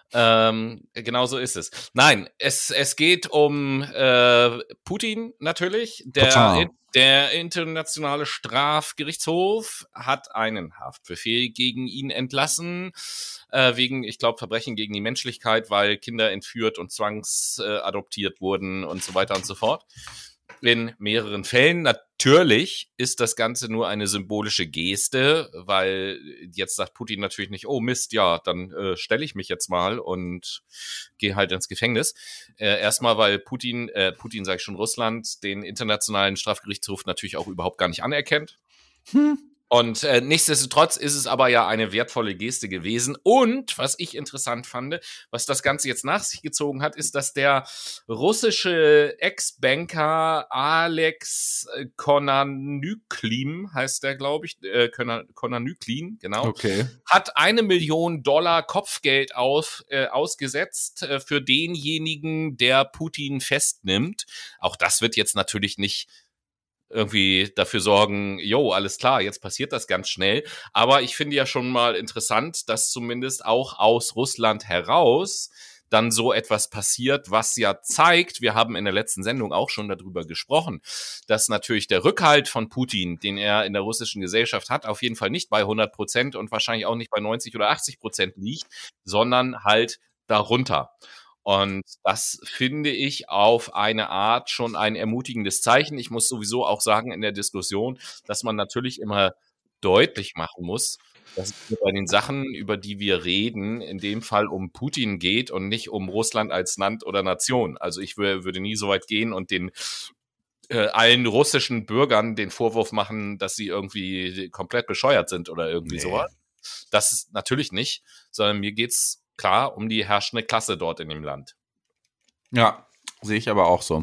Ähm, genau so ist es. Nein, es es geht um äh, Putin natürlich. Der der internationale Strafgerichtshof hat einen Haftbefehl gegen ihn entlassen, äh, wegen, ich glaube, Verbrechen gegen die Menschlichkeit, weil Kinder entführt und zwangsadoptiert äh, wurden und so weiter und so fort. In mehreren Fällen. Natürlich ist das Ganze nur eine symbolische Geste, weil jetzt sagt Putin natürlich nicht, oh Mist, ja, dann äh, stelle ich mich jetzt mal und gehe halt ins Gefängnis. Äh, erstmal, weil Putin, äh, Putin sage ich schon, Russland, den internationalen Strafgerichtshof natürlich auch überhaupt gar nicht anerkennt. Hm. Und äh, nichtsdestotrotz ist es aber ja eine wertvolle Geste gewesen. Und was ich interessant fand, was das Ganze jetzt nach sich gezogen hat, ist, dass der russische Ex-Banker Alex Konanyklim, heißt der, glaube ich, äh, Konanyklin, genau, okay. hat eine Million Dollar Kopfgeld auf, äh, ausgesetzt äh, für denjenigen, der Putin festnimmt. Auch das wird jetzt natürlich nicht irgendwie dafür sorgen, jo, alles klar, jetzt passiert das ganz schnell. Aber ich finde ja schon mal interessant, dass zumindest auch aus Russland heraus dann so etwas passiert, was ja zeigt, wir haben in der letzten Sendung auch schon darüber gesprochen, dass natürlich der Rückhalt von Putin, den er in der russischen Gesellschaft hat, auf jeden Fall nicht bei hundert Prozent und wahrscheinlich auch nicht bei neunzig oder achtzig Prozent liegt, sondern halt darunter. Und das finde ich auf eine Art schon ein ermutigendes Zeichen. Ich muss sowieso auch sagen in der Diskussion, dass man natürlich immer deutlich machen muss, dass es bei den Sachen, über die wir reden, in dem Fall um Putin geht und nicht um Russland als Land oder Nation. Also ich würde nie so weit gehen und den äh, allen russischen Bürgern den Vorwurf machen, dass sie irgendwie komplett bescheuert sind oder irgendwie nee. sowas. Das ist natürlich nicht, sondern mir geht's klar um die herrschende Klasse dort in dem Land. Ja, sehe ich aber auch so.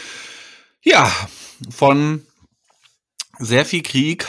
Ja, von sehr viel Krieg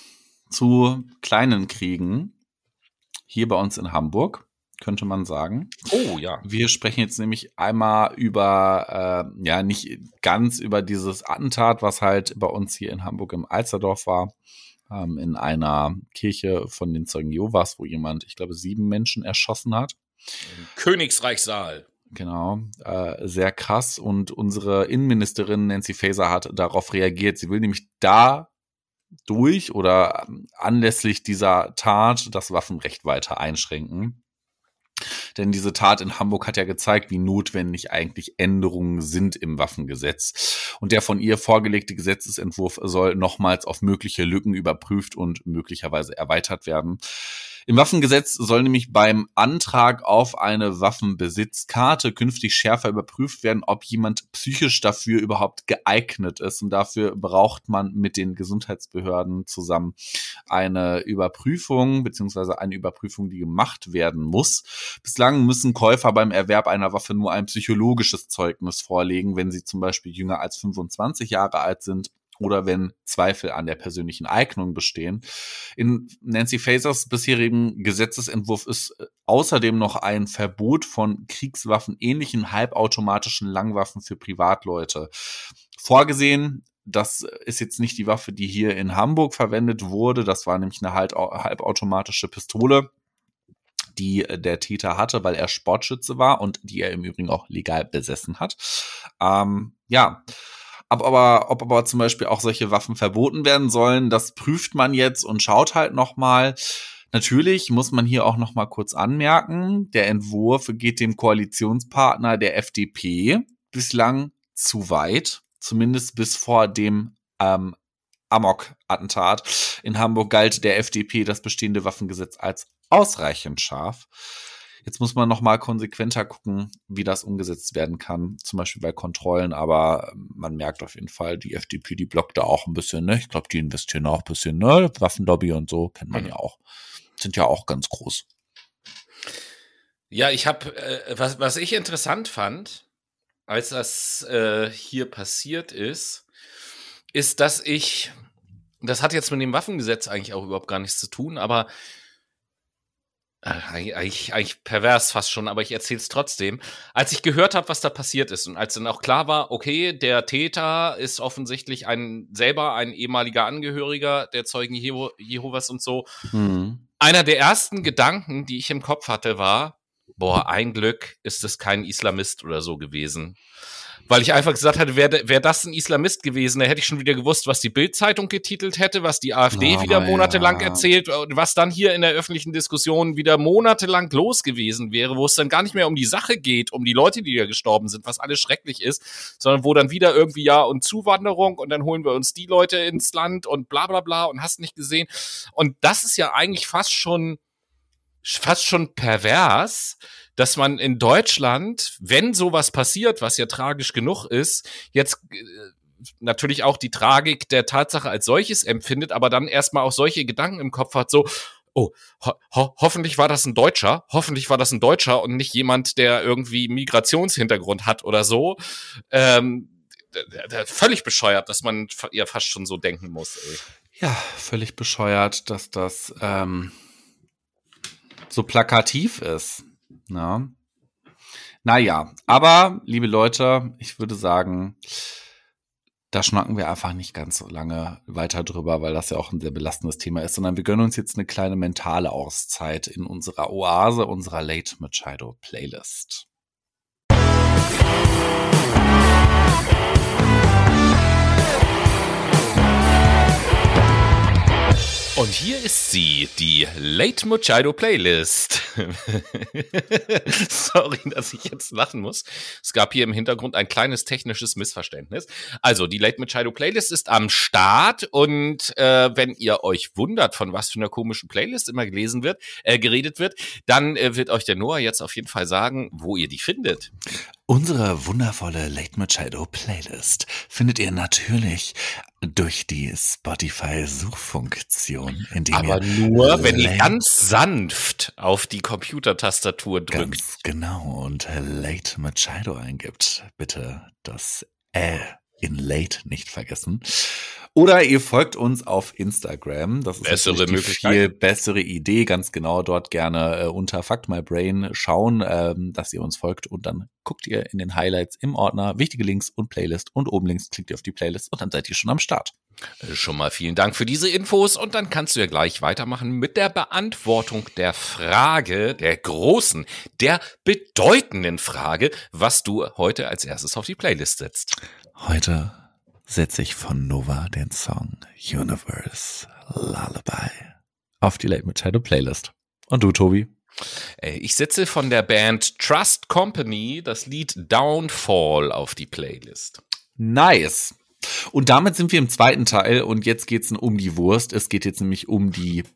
zu kleinen Kriegen hier bei uns in Hamburg, könnte man sagen. Oh ja. Wir sprechen jetzt nämlich einmal über, äh, ja, nicht ganz über dieses Attentat, was halt bei uns hier in Hamburg im Alsterdorf war, ähm, in einer Kirche von den Zeugen Jehovas, wo jemand, ich glaube, sieben Menschen erschossen hat. Im Königsreichssaal. Genau, äh, sehr krass. Und unsere Innenministerin Nancy Faeser hat darauf reagiert. Sie will nämlich da durch oder anlässlich dieser Tat das Waffenrecht weiter einschränken. Denn diese Tat in Hamburg hat ja gezeigt, wie notwendig eigentlich Änderungen sind im Waffengesetz. Und der von ihr vorgelegte Gesetzesentwurf soll nochmals auf mögliche Lücken überprüft und möglicherweise erweitert werden. Im Waffengesetz soll nämlich beim Antrag auf eine Waffenbesitzkarte künftig schärfer überprüft werden, ob jemand psychisch dafür überhaupt geeignet ist. Und dafür braucht man mit den Gesundheitsbehörden zusammen eine Überprüfung, beziehungsweise eine Überprüfung, die gemacht werden muss. Bislang müssen Käufer beim Erwerb einer Waffe nur ein psychologisches Zeugnis vorlegen, wenn sie zum Beispiel jünger als fünfundzwanzig Jahre alt sind oder wenn Zweifel an der persönlichen Eignung bestehen. In Nancy Fasers bisherigem Gesetzesentwurf ist außerdem noch ein Verbot von kriegswaffenähnlichen halbautomatischen Langwaffen für Privatleute vorgesehen. Das ist jetzt nicht die Waffe, die hier in Hamburg verwendet wurde. Das war nämlich eine halbautomatische Pistole, die der Täter hatte, weil er Sportschütze war und die er im Übrigen auch legal besessen hat. Ähm, ja, Ob aber, ob aber zum Beispiel auch solche Waffen verboten werden sollen, das prüft man jetzt und schaut halt nochmal. Natürlich muss man hier auch nochmal kurz anmerken, der Entwurf geht dem Koalitionspartner der F D P bislang zu weit, zumindest bis vor dem ähm, Amok-Attentat. In Hamburg galt der F D P das bestehende Waffengesetz als ausreichend scharf. Jetzt muss man noch mal konsequenter gucken, wie das umgesetzt werden kann, zum Beispiel bei Kontrollen. Aber man merkt auf jeden Fall, die F D P, die blockt da auch ein bisschen. Ne? Ich glaube, die investieren auch ein bisschen. Ne? Waffenlobby und so kennt man mhm. ja auch. Sind ja auch ganz groß. Ja, ich habe, äh, was, was ich interessant fand, als das äh, hier passiert ist, ist, dass ich, das hat jetzt mit dem Waffengesetz eigentlich auch überhaupt gar nichts zu tun, aber Eigentlich, eigentlich pervers fast schon, aber ich erzähle es trotzdem. Als ich gehört habe, was da passiert ist und als dann auch klar war, okay, der Täter ist offensichtlich ein selber ein ehemaliger Angehöriger der Zeugen Jeho- Jehovas und so. Mhm. Einer der ersten Gedanken, die ich im Kopf hatte, war, boah, ein Glück ist es kein Islamist oder so gewesen. Weil ich einfach gesagt hatte, wäre wär das ein Islamist gewesen, da hätte ich schon wieder gewusst, was die Bild-Zeitung getitelt hätte, was die AfD oh, wieder monatelang ja. erzählt und was dann hier in der öffentlichen Diskussion wieder monatelang los gewesen wäre, wo es dann gar nicht mehr um die Sache geht, um die Leute, die da gestorben sind, was alles schrecklich ist, sondern wo dann wieder irgendwie ja und Zuwanderung und dann holen wir uns die Leute ins Land und bla bla bla und hast nicht gesehen. Und das ist ja eigentlich fast schon fast schon pervers, dass man in Deutschland, wenn sowas passiert, was ja tragisch genug ist, jetzt äh, natürlich auch die Tragik der Tatsache als solches empfindet, aber dann erstmal auch solche Gedanken im Kopf hat, so, oh, ho- ho- hoffentlich war das ein Deutscher, hoffentlich war das ein Deutscher und nicht jemand, der irgendwie Migrationshintergrund hat oder so. Ähm, d- d- völlig bescheuert, dass man ja fast schon so denken muss, ey. Ja, völlig bescheuert, dass das ähm so plakativ ist. Ja. Naja, aber, liebe Leute, ich würde sagen, da schnacken wir einfach nicht ganz so lange weiter drüber, weil das ja auch ein sehr belastendes Thema ist, sondern wir gönnen uns jetzt eine kleine mentale Auszeit in unserer Oase, unserer Late Machado Playlist. Und hier ist sie, die Late Machado Playlist. Sorry, dass ich jetzt lachen muss. Es gab hier im Hintergrund ein kleines technisches Missverständnis. Also, die Late Machado Playlist ist am Start und äh, wenn ihr euch wundert, von was für einer komischen Playlist immer gelesen wird, äh, geredet wird, dann äh, wird euch der Noah jetzt auf jeden Fall sagen, wo ihr die findet. Unsere wundervolle Late Machado Playlist findet ihr natürlich durch die Spotify-Suchfunktion. Indem Aber ihr nur, wenn ihr ganz sanft auf die Computertastatur drückt. Ganz genau und Late Machado eingibt. Bitte das Ä in Late nicht vergessen. Oder ihr folgt uns auf Instagram. Das ist bessere die viel bessere Idee. Ganz genau dort gerne äh, unter Fact My Brain schauen, ähm, dass ihr uns folgt. Und dann guckt ihr in den Highlights im Ordner wichtige Links und Playlist. Und oben links klickt ihr auf die Playlist und dann seid ihr schon am Start. Schon mal vielen Dank für diese Infos. Und dann kannst du ja gleich weitermachen mit der Beantwortung der Frage, der großen, der bedeutenden Frage, was du heute als erstes auf die Playlist setzt. Heute setze ich von Nova den Song Universe Lullaby auf die Late Machado Playlist. Und du, Tobi? Ich setze von der Band Trust Company das Lied Downfall auf die Playlist. Nice. Und damit sind wir im zweiten Teil und jetzt geht's um die Wurst. Es geht jetzt nämlich um die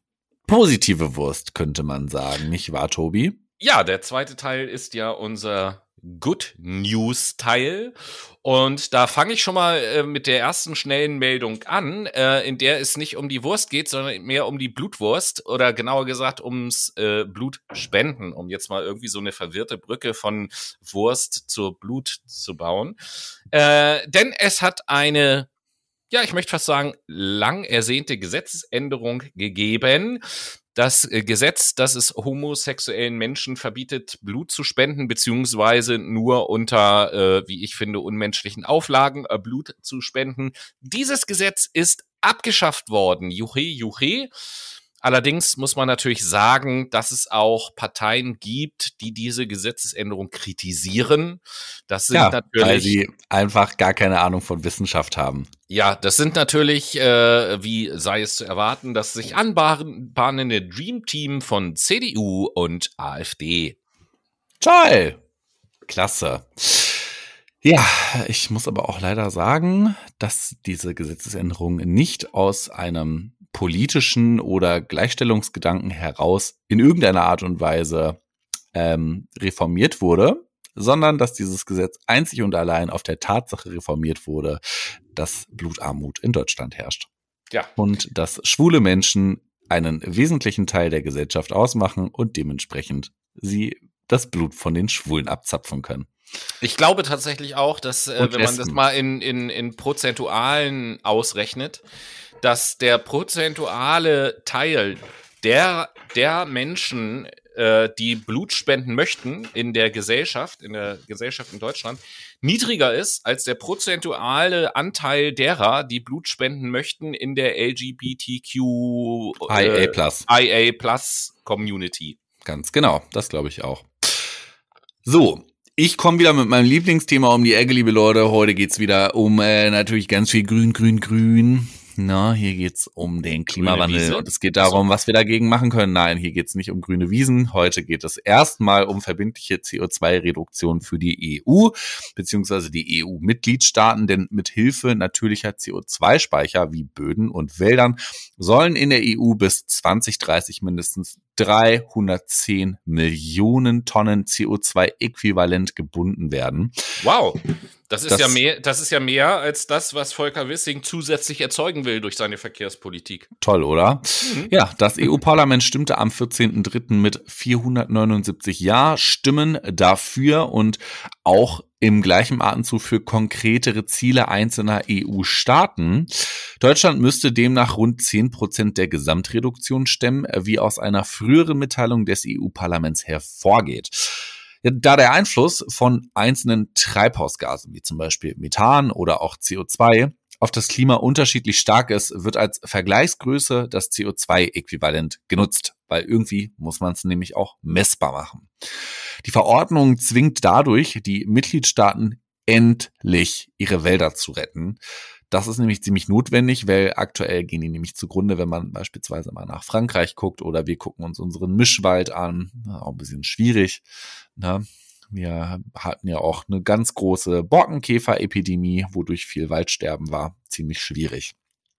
positive Wurst, könnte man sagen, nicht wahr, Tobi? Ja, der zweite Teil ist ja unser Good News Teil. Und da fange ich schon mal äh, mit der ersten schnellen Meldung an, äh, in der es nicht um die Wurst geht, sondern mehr um die Blutwurst oder genauer gesagt ums äh, Blutspenden, um jetzt mal irgendwie so eine verwirrte Brücke von Wurst zur Blut zu bauen. Äh, denn es hat eine, ja, ich möchte fast sagen, lang ersehnte Gesetzesänderung gegeben. Das Gesetz, das es homosexuellen Menschen verbietet, Blut zu spenden, beziehungsweise nur unter, äh, wie ich finde, unmenschlichen Auflagen äh, Blut zu spenden. Dieses Gesetz ist abgeschafft worden. Juche, juche. Allerdings muss man natürlich sagen, dass es auch Parteien gibt, die diese Gesetzesänderung kritisieren. Das sind Ja, natürlich, weil sie einfach gar keine Ahnung von Wissenschaft haben. Ja, das sind natürlich, äh, wie sei es zu erwarten, das sich anbahnende Dream Team von C D U und AfD. Toll! Klasse. Ja, ich muss aber auch leider sagen, dass diese Gesetzesänderung nicht aus einem politischen oder Gleichstellungsgedanken heraus in irgendeiner Art und Weise ähm, reformiert wurde, sondern dass dieses Gesetz einzig und allein auf der Tatsache reformiert wurde, dass Blutarmut in Deutschland herrscht. Ja. Und dass schwule Menschen einen wesentlichen Teil der Gesellschaft ausmachen und dementsprechend sie das Blut von den Schwulen abzapfen können. Ich glaube tatsächlich auch, dass, äh, wenn man das mal in, in, in Prozentualen ausrechnet, dass der prozentuale Teil der, der Menschen, äh, die Blut spenden möchten in der Gesellschaft, in der Gesellschaft in Deutschland, niedriger ist als der prozentuale Anteil derer, die Blut spenden möchten in der L G B T Q I A plus. I A plus Community. Ganz genau, das glaube ich auch. So, ich komme wieder mit meinem Lieblingsthema um die Ecke, liebe Leute. Heute geht's wieder um äh, natürlich ganz viel Grün, Grün, Grün. Na, hier geht's um den Klimawandel und es geht darum, was wir dagegen machen können. Nein, hier geht's nicht um grüne Wiesen. Heute geht es erstmal um verbindliche C O zwei Reduktion für die E U beziehungsweise die E U-Mitgliedstaaten, denn mit Hilfe natürlicher C O zwei Speicher wie Böden und Wäldern sollen in der E U bis zwanzig dreißig mindestens dreihundertzehn Millionen Tonnen C O zwei Äquivalent gebunden werden. Wow. Das ist Das- ja mehr, das ist ja mehr als das, was Volker Wissing zusätzlich erzeugen will durch seine Verkehrspolitik. Toll, oder? Mhm. Ja, das E U-Parlament stimmte am vierzehnten dritten mit vierhundertneunundsiebzig Ja-Stimmen dafür und auch im gleichen Atemzug für konkretere Ziele einzelner E U-Staaten. Deutschland müsste demnach rund zehn Prozent der Gesamtreduktion stemmen, wie aus einer früheren Mitteilung des E U-Parlaments hervorgeht. Ja, da der Einfluss von einzelnen Treibhausgasen, wie zum Beispiel Methan oder auch C O zwei, auf das Klima unterschiedlich stark ist, wird als Vergleichsgröße das C O zwei Äquivalent genutzt, weil irgendwie muss man es nämlich auch messbar machen. Die Verordnung zwingt dadurch die Mitgliedstaaten endlich ihre Wälder zu retten. Das ist nämlich ziemlich notwendig, weil aktuell gehen die nämlich zugrunde, wenn man beispielsweise mal nach Frankreich guckt oder wir gucken uns unseren Mischwald an. Auch ein bisschen schwierig. Ne? Wir hatten ja auch eine ganz große Borkenkäferepidemie, wodurch viel Waldsterben war. Ziemlich schwierig.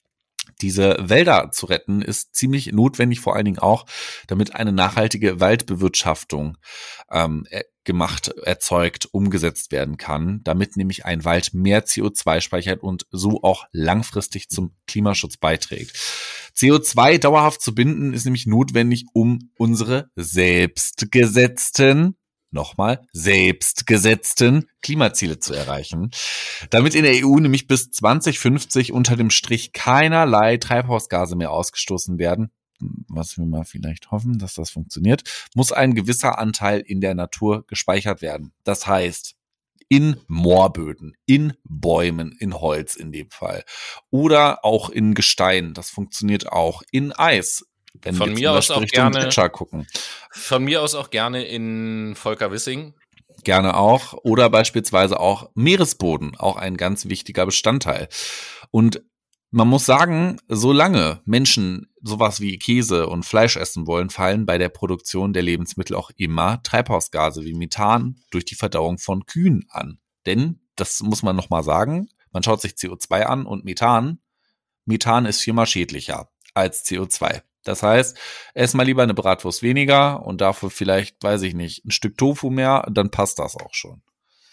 Diese Wälder zu retten ist ziemlich notwendig, vor allen Dingen auch, damit eine nachhaltige Waldbewirtschaftung ähm, gemacht, erzeugt, umgesetzt werden kann, damit nämlich ein Wald mehr C O zwei speichert und so auch langfristig zum Klimaschutz beiträgt. C O zwei dauerhaft zu binden ist nämlich notwendig, um unsere selbstgesetzten nochmal, selbstgesetzten Klimaziele zu erreichen. Damit in der E U nämlich bis zwanzig fünfzig unter dem Strich keinerlei Treibhausgase mehr ausgestoßen werden, was wir mal vielleicht hoffen, dass das funktioniert, muss ein gewisser Anteil in der Natur gespeichert werden. Das heißt, in Moorböden, in Bäumen, in Holz in dem Fall. Oder auch in Gestein, das funktioniert auch, in Eis. Wenn Von wir mir zum aus Beispiel auch Richtung gerne- Gletscher gucken. Von mir aus auch gerne in Volker Wissing. Gerne auch. Oder beispielsweise auch Meeresboden, auch ein ganz wichtiger Bestandteil. Und man muss sagen, solange Menschen sowas wie Käse und Fleisch essen wollen, fallen bei der Produktion der Lebensmittel auch immer Treibhausgase wie Methan durch die Verdauung von Kühen an. Denn, das muss man nochmal sagen, man schaut sich C O zwei an und Methan. Methan ist viermal schädlicher als C O zwei. Das heißt, ess mal lieber eine Bratwurst weniger und dafür vielleicht, weiß ich nicht, ein Stück Tofu mehr, dann passt das auch schon.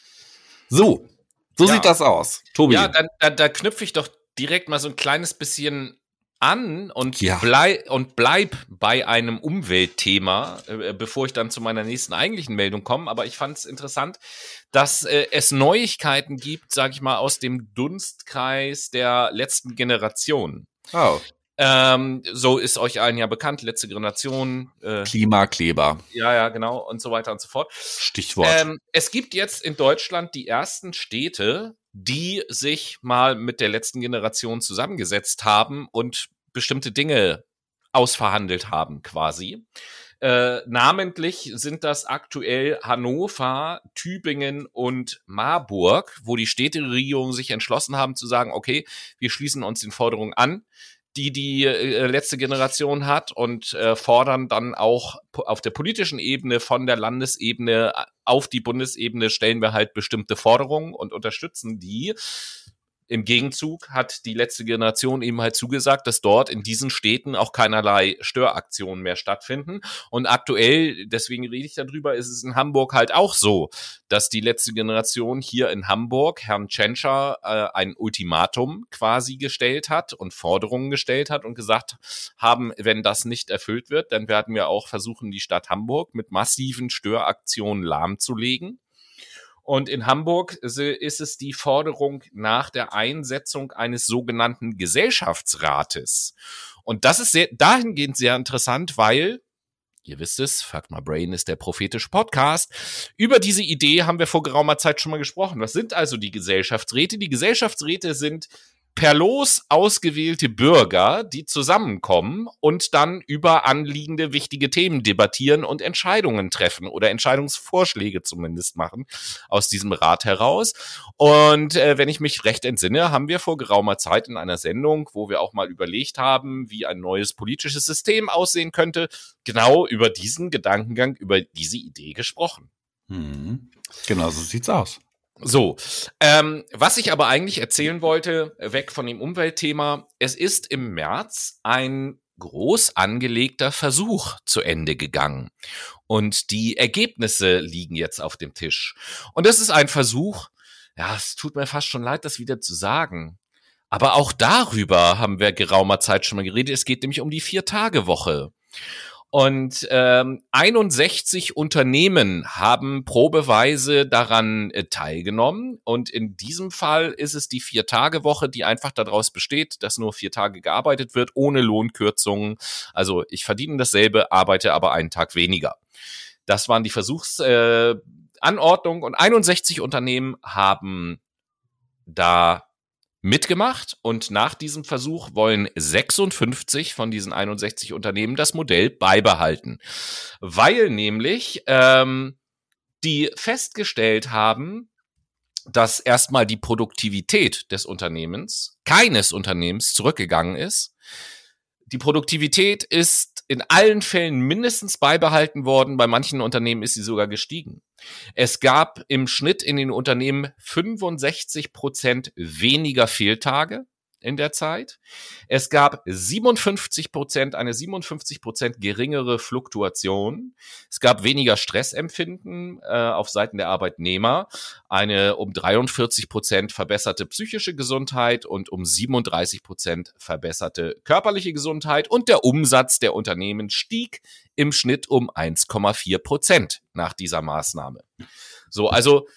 So, so ja. sieht das aus. Tobi. Ja, dann, dann, da knüpfe ich doch direkt mal so ein kleines bisschen an und, ja. blei- und bleib bei einem Umweltthema, äh, bevor ich dann zu meiner nächsten eigentlichen Meldung komme. Aber ich fand es interessant, dass äh, es Neuigkeiten gibt, sage ich mal, aus dem Dunstkreis der letzten Generation. Oh. Ähm, so ist euch allen ja bekannt, letzte Generation. Äh, Klimakleber. Ja, ja, genau, und so weiter und so fort. Stichwort. Ähm, es gibt jetzt in Deutschland die ersten Städte, die sich mal mit der letzten Generation zusammengesetzt haben und bestimmte Dinge ausverhandelt haben, quasi. Äh, namentlich sind das aktuell Hannover, Tübingen und Marburg, wo die Städteregierungen sich entschlossen haben zu sagen, okay, wir schließen uns den Forderungen an, die die äh, letzte Generation hat und äh, fordern dann auch auf der politischen Ebene von der Landesebene auf die Bundesebene stellen wir halt bestimmte Forderungen und unterstützen die. Im Gegenzug hat die letzte Generation eben halt zugesagt, dass dort in diesen Städten auch keinerlei Störaktionen mehr stattfinden. Und aktuell, deswegen rede ich darüber, ist es in Hamburg halt auch so, dass die letzte Generation hier in Hamburg Herrn Tschentscher äh, ein Ultimatum quasi gestellt hat und Forderungen gestellt hat und gesagt haben, wenn das nicht erfüllt wird, dann werden wir auch versuchen, die Stadt Hamburg mit massiven Störaktionen lahmzulegen. Und in Hamburg ist es die Forderung nach der Einsetzung eines sogenannten Gesellschaftsrates. Und das ist sehr, dahingehend sehr interessant, weil, ihr wisst es, Fuck My Brain ist der prophetische Podcast. Über diese Idee haben wir vor geraumer Zeit schon mal gesprochen. Was sind also die Gesellschaftsräte? Die Gesellschaftsräte sind per Los ausgewählte Bürger, die zusammenkommen und dann über anliegende wichtige Themen debattieren und Entscheidungen treffen oder Entscheidungsvorschläge zumindest machen aus diesem Rat heraus. Und äh, wenn ich mich recht entsinne, haben wir vor geraumer Zeit in einer Sendung, wo wir auch mal überlegt haben, wie ein neues politisches System aussehen könnte, genau über diesen Gedankengang, über diese Idee gesprochen. Hm. Genau, so sieht's aus. So, ähm, was ich aber eigentlich erzählen wollte, weg von dem Umweltthema, es ist im März ein groß angelegter Versuch zu Ende gegangen und die Ergebnisse liegen jetzt auf dem Tisch. Und das ist ein Versuch, ja, es tut mir fast schon leid, das wieder zu sagen, aber auch darüber haben wir geraumer Zeit schon mal geredet, es geht nämlich um die Vier-Tage-Woche. Und ähm, einundsechzig Unternehmen haben probeweise daran äh, teilgenommen. Und in diesem Fall ist es die Vier-Tage-Woche, die einfach daraus besteht, dass nur vier Tage gearbeitet wird, ohne Lohnkürzungen. Also ich verdiene dasselbe, arbeite aber einen Tag weniger. Das waren die Versuchsanordnungen. Äh, und einundsechzig Unternehmen haben da mitgemacht und nach diesem Versuch wollen sechsundfünfzig von diesen einundsechzig Unternehmen das Modell beibehalten, weil nämlich ähm, die festgestellt haben, dass erstmal die Produktivität des Unternehmens, keines Unternehmens zurückgegangen ist. Die Produktivität ist in allen Fällen mindestens beibehalten worden. Bei manchen Unternehmen ist sie sogar gestiegen. Es gab im Schnitt in den Unternehmen fünfundsechzig Prozent weniger Fehltage in der Zeit. Es gab siebenundfünfzig Prozent, eine siebenundfünfzig Prozent geringere Fluktuation. Es gab weniger Stressempfinden äh, auf Seiten der Arbeitnehmer, eine um dreiundvierzig Prozent verbesserte psychische Gesundheit und um siebenunddreißig Prozent verbesserte körperliche Gesundheit. Und der Umsatz der Unternehmen stieg im Schnitt um eins Komma vier Prozent nach dieser Maßnahme. So, also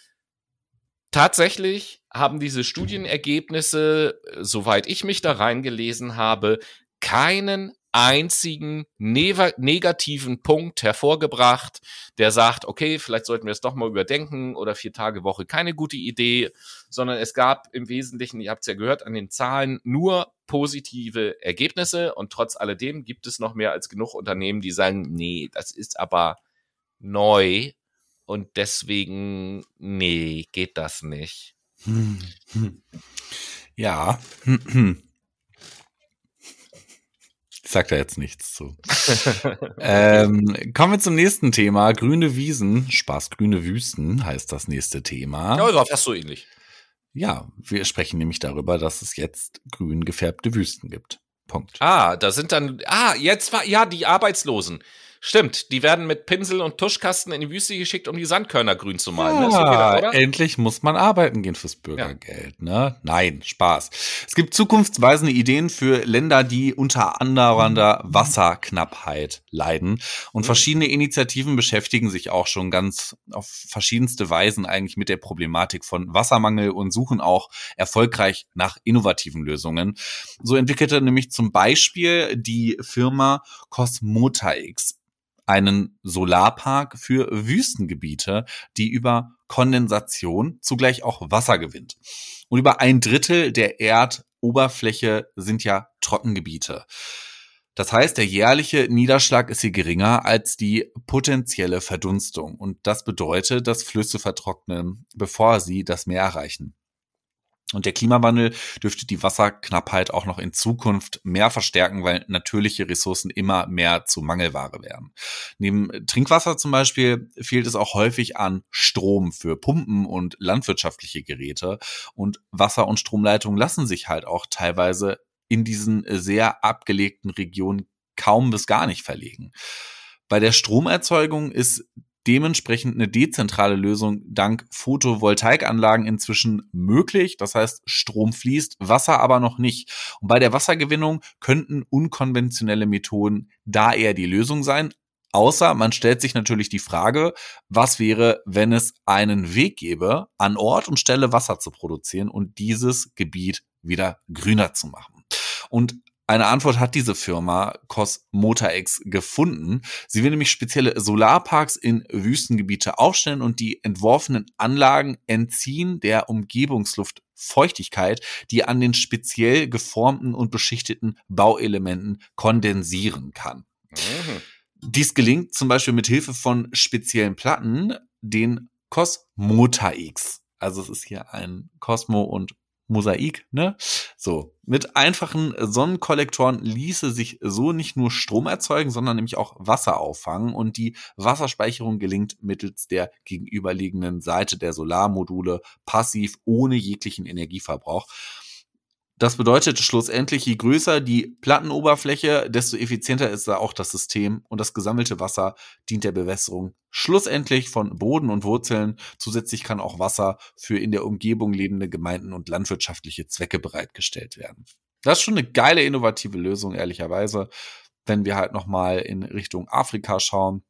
tatsächlich haben diese Studienergebnisse, soweit ich mich da reingelesen habe, keinen einzigen ne- negativen Punkt hervorgebracht, der sagt, okay, vielleicht sollten wir es doch mal überdenken oder vier Tage Woche keine gute Idee, sondern es gab im Wesentlichen, ihr habt es ja gehört, an den Zahlen nur positive Ergebnisse und trotz alledem gibt es noch mehr als genug Unternehmen, die sagen, nee, das ist aber neu und deswegen, nee, geht das nicht. Hm, hm. Ja. Ich sag da jetzt nichts zu. ähm, kommen wir zum nächsten Thema. Grüne Wiesen, Spaß, grüne Wüsten heißt das nächste Thema. Ja, also fast so ähnlich. Ja, wir sprechen nämlich darüber, dass es jetzt grün gefärbte Wüsten gibt. Punkt. Ah, da sind dann, ah, jetzt war, ja, die Arbeitslosen. Stimmt, die werden mit Pinsel und Tuschkasten in die Wüste geschickt, um die Sandkörner grün zu malen. Ja, Ne? So geht das, oder? endlich muss man arbeiten gehen fürs Bürgergeld, ja. ne? Nein, Spaß. Es gibt zukunftsweisende Ideen für Länder, die unter andauernder Wasserknappheit leiden. Und mhm. verschiedene Initiativen beschäftigen sich auch schon ganz auf verschiedenste Weisen eigentlich mit der Problematik von Wassermangel und suchen auch erfolgreich nach innovativen Lösungen. So entwickelte nämlich zum Beispiel die Firma Cosmotax einen Solarpark für Wüstengebiete, die über Kondensation zugleich auch Wasser gewinnt. Und über ein Drittel der Erdoberfläche sind ja Trockengebiete. Das heißt, der jährliche Niederschlag ist hier geringer als die potenzielle Verdunstung. Und das bedeutet, dass Flüsse vertrocknen, bevor sie das Meer erreichen. Und der Klimawandel dürfte die Wasserknappheit auch noch in Zukunft mehr verstärken, weil natürliche Ressourcen immer mehr zu Mangelware werden. Neben Trinkwasser zum Beispiel fehlt es auch häufig an Strom für Pumpen und landwirtschaftliche Geräte. Und Wasser- und Stromleitungen lassen sich halt auch teilweise in diesen sehr abgelegten Regionen kaum bis gar nicht verlegen. Bei der Stromerzeugung ist dementsprechend eine dezentrale Lösung dank Photovoltaikanlagen inzwischen möglich. Das heißt, Strom fließt, Wasser aber noch nicht. Und bei der Wassergewinnung könnten unkonventionelle Methoden da eher die Lösung sein. Außer man stellt sich natürlich die Frage, was wäre, wenn es einen Weg gäbe, an Ort und Stelle Wasser zu produzieren und dieses Gebiet wieder grüner zu machen. Und eine Antwort hat diese Firma Cosmotax gefunden. Sie will nämlich spezielle Solarparks in Wüstengebiete aufstellen und die entworfenen Anlagen entziehen der Umgebungsluft Feuchtigkeit, die an den speziell geformten und beschichteten Bauelementen kondensieren kann. Mhm. Dies gelingt zum Beispiel mit Hilfe von speziellen Platten, den Cosmotax. Also es ist hier ein Cosmo und Mosaik, ne? So, mit einfachen Sonnenkollektoren ließe sich so nicht nur Strom erzeugen, sondern nämlich auch Wasser auffangen und die Wasserspeicherung gelingt mittels der gegenüberliegenden Seite der Solarmodule passiv ohne jeglichen Energieverbrauch. Das bedeutet schlussendlich, je größer die Plattenoberfläche, desto effizienter ist da auch das System und das gesammelte Wasser dient der Bewässerung schlussendlich von Boden und Wurzeln. Zusätzlich kann auch Wasser für in der Umgebung lebende Gemeinden und landwirtschaftliche Zwecke bereitgestellt werden. Das ist schon eine geile, innovative Lösung, ehrlicherweise, wenn wir halt nochmal in Richtung Afrika schauen,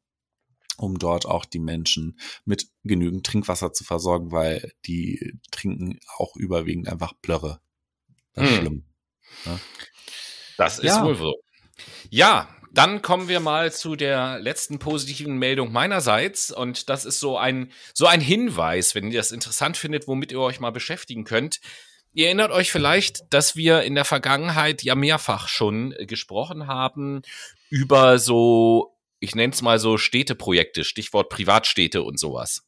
um dort auch die Menschen mit genügend Trinkwasser zu versorgen, weil die trinken auch überwiegend einfach Plörre. Das ist hm. schlimm. Ja. Das ist ja. wohl so. Ja, dann kommen wir mal zu der letzten positiven Meldung meinerseits. Und das ist so ein, so ein Hinweis, wenn ihr das interessant findet, womit ihr euch mal beschäftigen könnt. Ihr erinnert euch vielleicht, dass wir in der Vergangenheit ja mehrfach schon gesprochen haben über so, ich nenne es mal so Städteprojekte, Stichwort Privatstädte und sowas.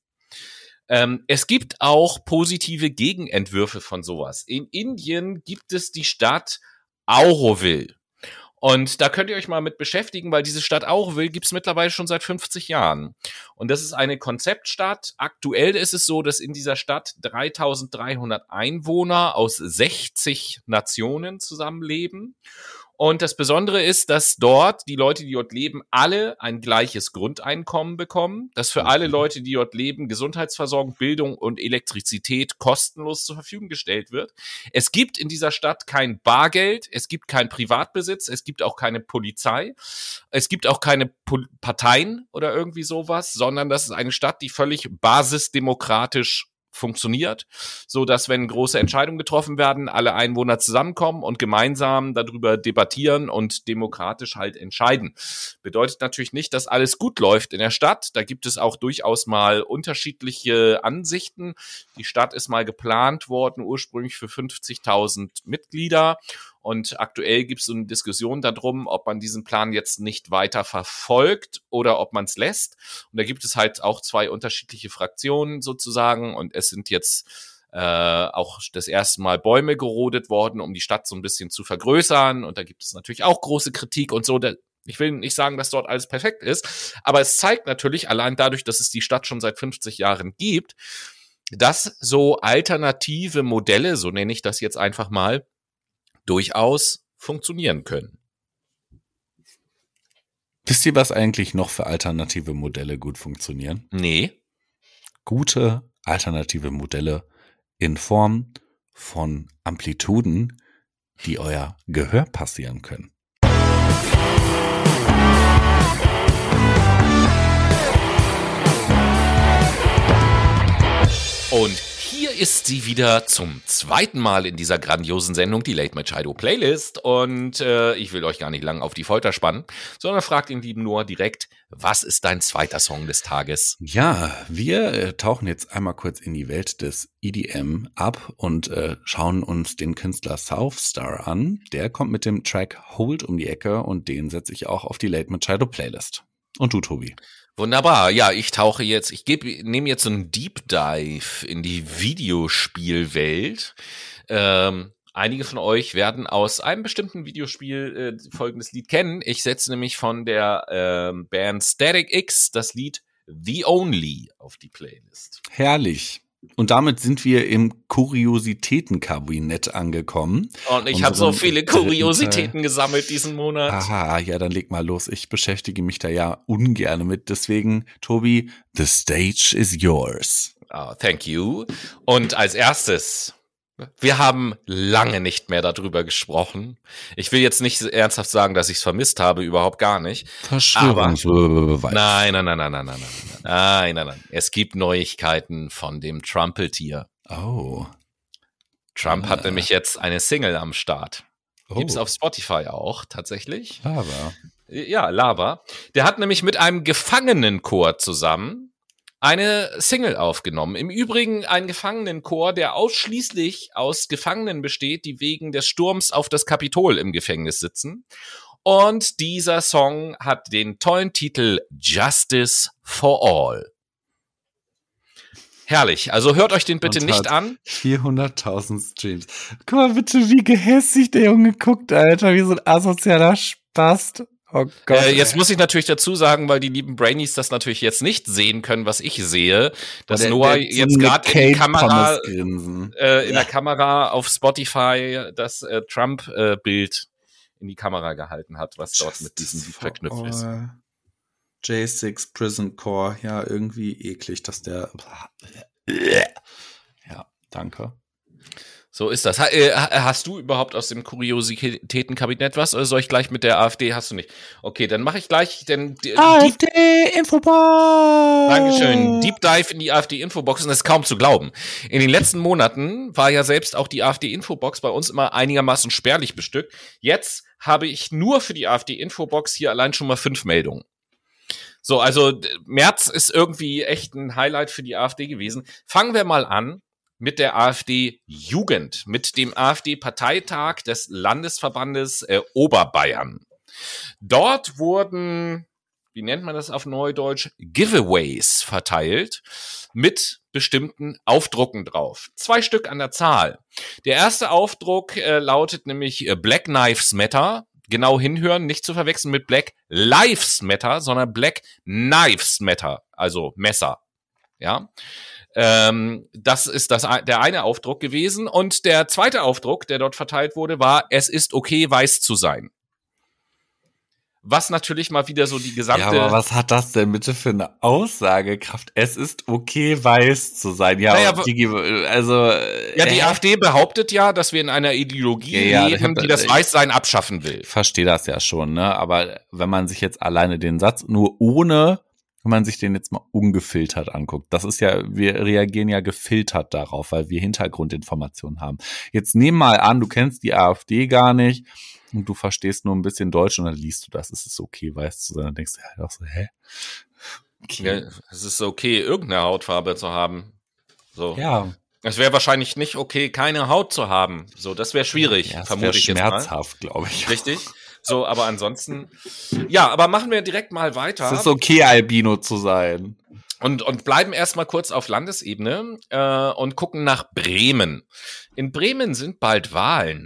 Ähm, es gibt auch positive Gegenentwürfe von sowas. In Indien gibt es die Stadt Auroville. Und da könnt ihr euch mal mit beschäftigen, weil diese Stadt Auroville gibt es mittlerweile schon seit fünfzig Jahren. Und das ist eine Konzeptstadt. Aktuell ist es so, dass in dieser Stadt dreitausenddreihundert Einwohner aus sechzig Nationen zusammenleben. Und das Besondere ist, dass dort die Leute, die dort leben, alle ein gleiches Grundeinkommen bekommen, dass für alle Leute, die dort leben, Gesundheitsversorgung, Bildung und Elektrizität kostenlos zur Verfügung gestellt wird. Es gibt in dieser Stadt kein Bargeld, es gibt keinen Privatbesitz, es gibt auch keine Polizei, es gibt auch keine Pol- Parteien oder irgendwie sowas, sondern das ist eine Stadt, die völlig basisdemokratisch funktioniert, so dass wenn große Entscheidungen getroffen werden, alle Einwohner zusammenkommen und gemeinsam darüber debattieren und demokratisch halt entscheiden. Bedeutet natürlich nicht, dass alles gut läuft in der Stadt. Da gibt es auch durchaus mal unterschiedliche Ansichten. Die Stadt ist mal geplant worden, ursprünglich für fünfzigtausend Mitglieder. Und aktuell gibt es so eine Diskussion darum, ob man diesen Plan jetzt nicht weiter verfolgt oder ob man es lässt. Und da gibt es halt auch zwei unterschiedliche Fraktionen sozusagen. Und es sind jetzt äh, auch das erste Mal Bäume gerodet worden, um die Stadt so ein bisschen zu vergrößern. Und da gibt es natürlich auch große Kritik und so. Ich will nicht sagen, dass dort alles perfekt ist, aber es zeigt natürlich allein dadurch, dass es die Stadt schon seit fünfzig Jahren gibt, dass so alternative Modelle, so nenne ich das jetzt einfach mal, durchaus funktionieren können. Wisst ihr, was eigentlich noch für alternative Modelle gut funktionieren? Nee. Gute alternative Modelle in Form von Amplituden, die euer Gehör passieren können. Und hier ist sie wieder zum zweiten Mal in dieser grandiosen Sendung, die Late Machado Playlist. Und äh, ich will euch gar nicht lang auf die Folter spannen, sondern fragt den lieben Noah direkt, was ist dein zweiter Song des Tages? Ja, wir äh, tauchen jetzt einmal kurz in die Welt des E D M ab und äh, schauen uns den Künstler Southstar an. Der kommt mit dem Track Hold um die Ecke und den setze ich auch auf die Late Machado Playlist. Und du, Tobi? Wunderbar. Ja, ich tauche jetzt, ich gebe, nehme jetzt so einen Deep Dive in die Videospielwelt. Ähm, einige von euch werden aus einem bestimmten Videospiel äh, folgendes Lied kennen. Ich setze nämlich von der ähm, Band Static X das Lied The Only auf die Playlist. Herrlich. Und damit sind wir im Kuriositätenkabinett angekommen. Und ich habe so viele Kuriositäten gesammelt diesen Monat. Aha, ja, dann leg mal los. Ich beschäftige mich da ja ungern mit. Deswegen, Tobi, the stage is yours. Oh, thank you. Und als erstes, wir haben lange nicht mehr darüber gesprochen. Ich will jetzt nicht ernsthaft sagen, dass ich es vermisst habe, überhaupt gar nicht. Verschwörungsbeweis. Nein, nein, nein, nein, nein, nein, nein, nein, nein, nein. Es gibt Neuigkeiten von dem Trumpeltier. Oh. Trump ja. hat nämlich jetzt eine Single am Start. Oh. Gibt's auf Spotify auch, tatsächlich. Aber. Ja, Lava. Der hat nämlich mit einem Gefangenenchor zusammen eine Single aufgenommen. Im Übrigen ein Gefangenenchor, der ausschließlich aus Gefangenen besteht, die wegen des Sturms auf das Kapitol im Gefängnis sitzen. Und dieser Song hat den tollen Titel Justice for All. Herrlich. Also hört euch den bitte Und nicht an. vierhunderttausend Streams. Guck mal bitte, wie gehässig der Junge guckt, Alter. Wie so ein asozialer Spast. Oh Gott. Äh, jetzt muss ich natürlich dazu sagen, weil die lieben Brainies das natürlich jetzt nicht sehen können, was ich sehe, dass der, Noah der jetzt gerade in die Kamera, äh, in ja. der Kamera auf Spotify das äh, Trump-Bild äh, in die Kamera gehalten hat, was dort mit diesem Lied verknüpft ist. J sechs Prison Core, ja, irgendwie eklig, dass der. Ja, danke. So ist das. Ha, äh, hast du überhaupt aus dem Kuriositätenkabinett was oder soll ich gleich mit der AfD? Hast du nicht. Okay, dann mache ich gleich den AfD-Infobox! Dankeschön. Deep Dive in die AfD-Infobox und das ist kaum zu glauben. In den letzten Monaten war ja selbst auch die AfD-Infobox bei uns immer einigermaßen spärlich bestückt. Jetzt habe ich nur für die AfD-Infobox hier allein schon mal fünf Meldungen. So, also März ist irgendwie echt ein Highlight für die AfD gewesen. Fangen wir mal an mit der AfD-Jugend, mit dem AfD-Parteitag des Landesverbandes äh, Oberbayern. Dort wurden, wie nennt man das auf Neudeutsch, Giveaways verteilt mit bestimmten Aufdrucken drauf. Zwei Stück an der Zahl. Der erste Aufdruck äh, lautet nämlich äh, Black Knives Matter. Genau hinhören, nicht zu verwechseln mit Black Lives Matter, sondern Black Knives Matter, also Messer. Ja. Ähm, das ist das, der eine Aufdruck gewesen. Und der zweite Aufdruck, der dort verteilt wurde, war, es ist okay, weiß zu sein. Was natürlich mal wieder so die gesamte... Ja, aber was hat das denn bitte für eine Aussagekraft? Es ist okay, weiß zu sein. Ja, naja, die, also... Ja, die äh, AfD behauptet ja, dass wir in einer Ideologie ja, ja, leben, die das Weißsein abschaffen will. Ich verstehe das ja schon, ne? Aber wenn man sich jetzt alleine den Satz nur ohne... Wenn man sich den jetzt mal ungefiltert anguckt, das ist ja, wir reagieren ja gefiltert darauf, weil wir Hintergrundinformationen haben. Jetzt nehm mal an, du kennst die AfD gar nicht und du verstehst nur ein bisschen Deutsch und dann liest du das, es ist okay, weißt du, dann denkst du halt auch so, hä? Okay. Ja, es ist okay, irgendeine Hautfarbe zu haben. So. Ja. Es wäre wahrscheinlich nicht okay, keine Haut zu haben. So, das wäre schwierig, ja, das vermute wär ich jetzt mal. Schmerzhaft, glaube ich. Richtig. So, aber ansonsten, ja, aber machen wir direkt mal weiter. Es ist okay, Albino zu sein. Und, und bleiben erstmal kurz auf Landesebene äh, und gucken nach Bremen. In Bremen sind bald Wahlen.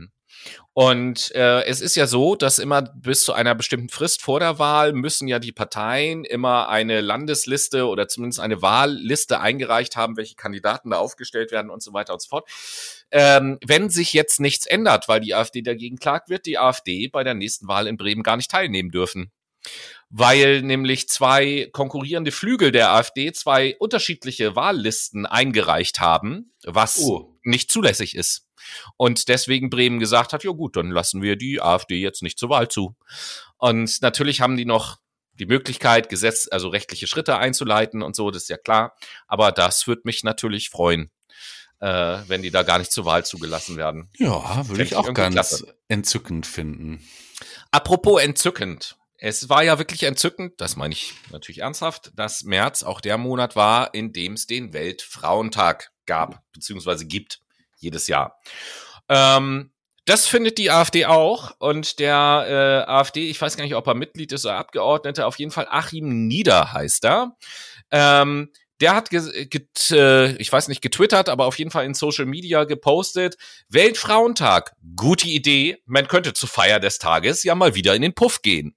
Und äh, es ist ja so, dass immer bis zu einer bestimmten Frist vor der Wahl müssen ja die Parteien immer eine Landesliste oder zumindest eine Wahlliste eingereicht haben, welche Kandidaten da aufgestellt werden und so weiter und so fort. Ähm, wenn sich jetzt nichts ändert, weil die AfD dagegen klagt, wird die AfD bei der nächsten Wahl in Bremen gar nicht teilnehmen dürfen. Weil nämlich zwei konkurrierende Flügel der AfD zwei unterschiedliche Wahllisten eingereicht haben, was oh. nicht zulässig ist. Und deswegen Bremen gesagt hat, ja gut, dann lassen wir die AfD jetzt nicht zur Wahl zu. Und natürlich haben die noch die Möglichkeit, Gesetz, also rechtliche Schritte einzuleiten und so, das ist ja klar. Aber das würde mich natürlich freuen, äh, wenn die da gar nicht zur Wahl zugelassen werden. Ja, würde ich auch ganz klasse. entzückend finden. Apropos entzückend. Es war ja wirklich entzückend, das meine ich natürlich ernsthaft, dass März auch der Monat war, in dem es den Weltfrauentag gab, beziehungsweise gibt. Jedes Jahr. Ähm, das findet die AfD auch und der äh, AfD, ich weiß gar nicht, ob er Mitglied ist oder Abgeordneter, auf jeden Fall Achim Nieder heißt er. Ähm, der hat, get, get, äh, ich weiß nicht, getwittert, aber auf jeden Fall in Social Media gepostet, Weltfrauentag, gute Idee, man könnte zur Feier des Tages ja mal wieder in den Puff gehen.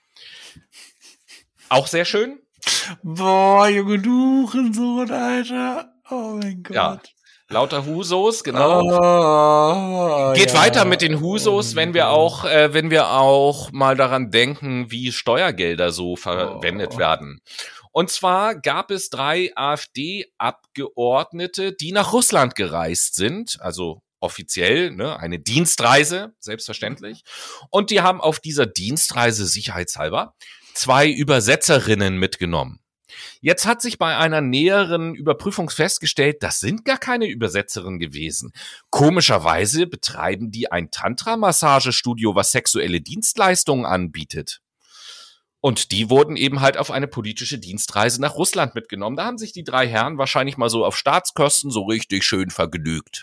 Auch sehr schön. Boah, Junge, du Hurensohn, Alter. Oh mein Gott. Ja. Lauter Husos, genau. Oh, Geht ja. weiter mit den Husos, wenn wir auch, äh, wenn wir auch mal daran denken, wie Steuergelder so verwendet oh. werden. Und zwar gab es drei AfD-Abgeordnete, die nach Russland gereist sind, also offiziell, ne, eine Dienstreise, selbstverständlich. Und die haben auf dieser Dienstreise sicherheitshalber zwei Übersetzerinnen mitgenommen. Jetzt hat sich bei einer näheren Überprüfung festgestellt, das sind gar keine Übersetzerinnen gewesen. Komischerweise betreiben die ein Tantra-Massagestudio, was sexuelle Dienstleistungen anbietet. Und die wurden eben halt auf eine politische Dienstreise nach Russland mitgenommen. Da haben sich die drei Herren wahrscheinlich mal so auf Staatskosten so richtig schön vergnügt.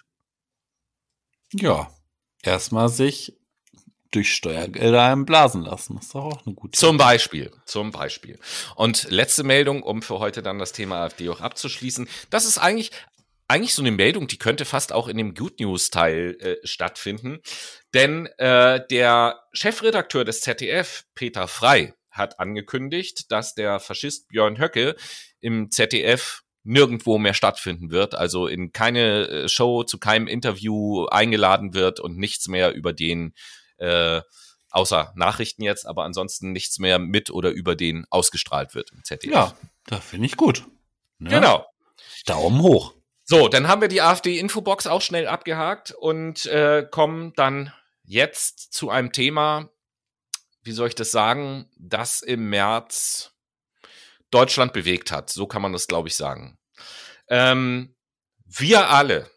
Ja, erstmal sich durch Steuergelder einblasen lassen. Das ist doch auch eine gute Zum Beispiel, zum Beispiel. Und letzte Meldung, um für heute dann das Thema AfD auch abzuschließen. Das ist eigentlich, eigentlich so eine Meldung, die könnte fast auch in dem Good News-Teil äh, stattfinden. Denn äh, der Chefredakteur des Z D F, Peter Frey, hat angekündigt, dass der Faschist Björn Höcke im Z D F nirgendwo mehr stattfinden wird, also in keine Show, zu keinem Interview eingeladen wird und nichts mehr über den Äh, außer Nachrichten jetzt, aber ansonsten nichts mehr mit oder über den ausgestrahlt wird im Z D F. Ja, das finde ich gut. Ne? Genau. Daumen hoch. So, dann haben wir die AfD-Infobox auch schnell abgehakt und äh, kommen dann jetzt zu einem Thema, wie soll ich das sagen, das im März Deutschland bewegt hat. So kann man das, glaube ich, sagen. Ähm, wir alle,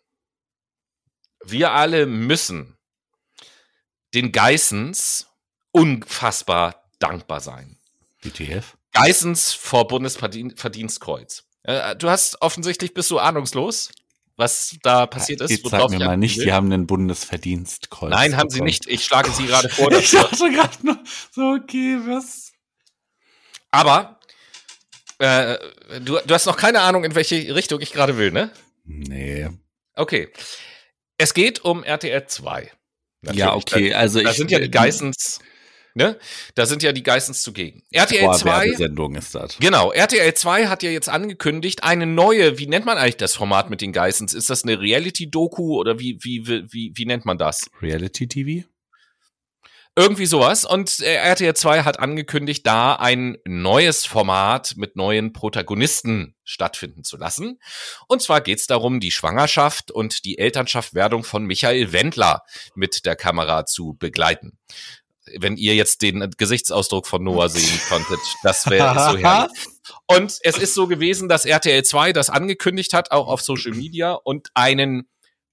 wir alle müssen den Geissens unfassbar dankbar sein. W T F? Geissens vor Bundesverdienstkreuz. Äh, du hast offensichtlich, bist du ahnungslos, was da passiert ist. Jetzt sag mir mal nicht, die haben einen Bundesverdienstkreuz. Nein, haben bekommen. sie nicht. Ich schlage sie gerade vor. Ich dachte gerade noch, so okay, was? Aber äh, du, du hast noch keine Ahnung, in welche Richtung ich gerade will, ne? Nee. Okay. Es geht um R T L zwei. Natürlich. Ja, okay, also da ich... Da sind ja die Geissens, ne? Da sind ja die Geissens zugegen. R T L zwei... Sendung ist das. Genau, R T L zwei hat ja jetzt angekündigt, eine neue, wie nennt man eigentlich das Format mit den Geissens? Ist das eine Reality-Doku oder wie, wie, wie, wie nennt man das? Reality-T V? Irgendwie sowas. Und äh, R T L zwei hat angekündigt, da ein neues Format mit neuen Protagonisten stattfinden zu lassen. Und zwar geht es darum, die Schwangerschaft und die Elternschaftwerdung von Michael Wendler mit der Kamera zu begleiten. Wenn ihr jetzt den Gesichtsausdruck von Noah sehen konntet, das wäre so herrlich. Und es ist so gewesen, dass R T L zwei das angekündigt hat, auch auf Social Media, und einen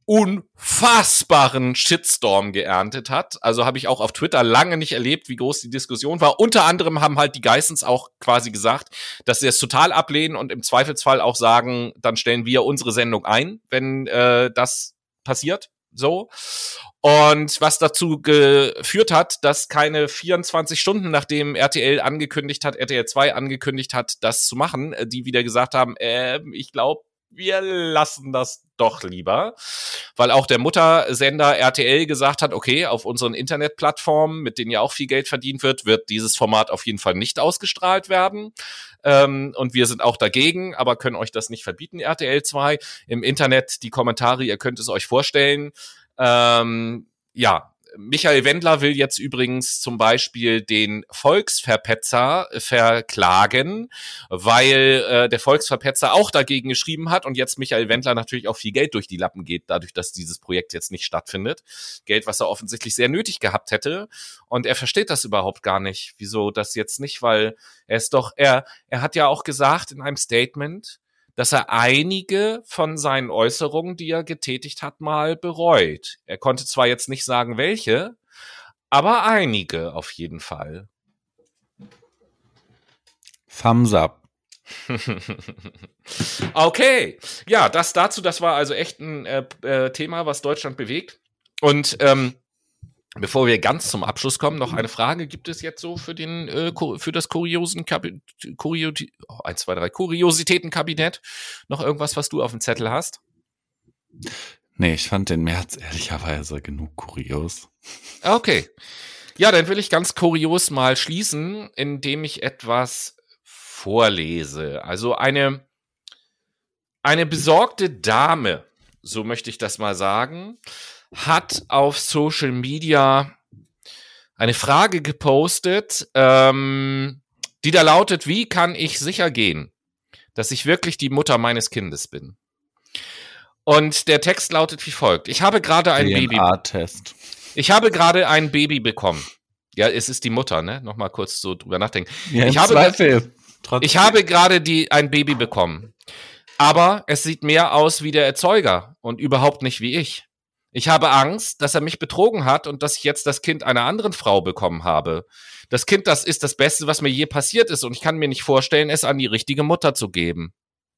unfassbaren Shitstorm geerntet hat. Also habe ich auch auf Twitter lange nicht erlebt, wie groß die Diskussion war. Unter anderem haben halt die Geissens auch quasi gesagt, dass sie es total ablehnen und im Zweifelsfall auch sagen, dann stellen wir unsere Sendung ein, wenn äh, das passiert. So. Und was dazu geführt hat, dass keine vierundzwanzig Stunden, nachdem R T L angekündigt hat, R T L zwei angekündigt hat, das zu machen, die wieder gesagt haben, äh, ich glaube, wir lassen das doch lieber, weil auch der Muttersender R T L gesagt hat, okay, auf unseren Internetplattformen, mit denen ja auch viel Geld verdient wird, wird dieses Format auf jeden Fall nicht ausgestrahlt werden. Ähm, und wir sind auch dagegen, aber können euch das nicht verbieten, R T L zwei. Im Internet die Kommentare, ihr könnt es euch vorstellen. Ähm, ja, Michael Wendler will jetzt übrigens zum Beispiel den Volksverpetzer verklagen, weil äh, der Volksverpetzer auch dagegen geschrieben hat und jetzt Michael Wendler natürlich auch viel Geld durch die Lappen geht, dadurch, dass dieses Projekt jetzt nicht stattfindet. Geld, was er offensichtlich sehr nötig gehabt hätte. Und er versteht das überhaupt gar nicht. Wieso das jetzt nicht? Weil er ist doch, er, er hat ja auch gesagt in einem Statement, dass er einige von seinen Äußerungen, die er getätigt hat, mal bereut. Er konnte zwar jetzt nicht sagen, welche, aber einige auf jeden Fall. Thumbs up. Okay, ja, das dazu, das war also echt ein äh, äh, Thema, was Deutschland bewegt. Und ähm, bevor wir ganz zum Abschluss kommen, noch eine Frage. Gibt es jetzt so für den äh, für das kuriosen Kabi- Kurio- oh, eins, zwei, drei Kuriositätenkabinett noch irgendwas, was du auf dem Zettel hast? Nee, ich fand den März ehrlicherweise genug kurios. Okay. Ja, dann will ich ganz kurios mal schließen, indem ich etwas vorlese. Also eine eine besorgte Dame, so möchte ich das mal sagen, hat auf Social Media eine Frage gepostet, ähm, die da lautet, wie kann ich sicher gehen, dass ich wirklich die Mutter meines Kindes bin? Und der Text lautet wie folgt. Ich habe gerade ein Baby. D N A-Test. Ich habe gerade ein Baby bekommen. Ja, es ist die Mutter, ne? Nochmal kurz so drüber nachdenken. Ja, ich, habe, Zweifel. ich habe gerade die, ein Baby bekommen. Aber es sieht mehr aus wie der Erzeuger und überhaupt nicht wie ich. Ich habe Angst, dass er mich betrogen hat und dass ich jetzt das Kind einer anderen Frau bekommen habe. Das Kind, das ist das Beste, was mir je passiert ist und ich kann mir nicht vorstellen, es an die richtige Mutter zu geben.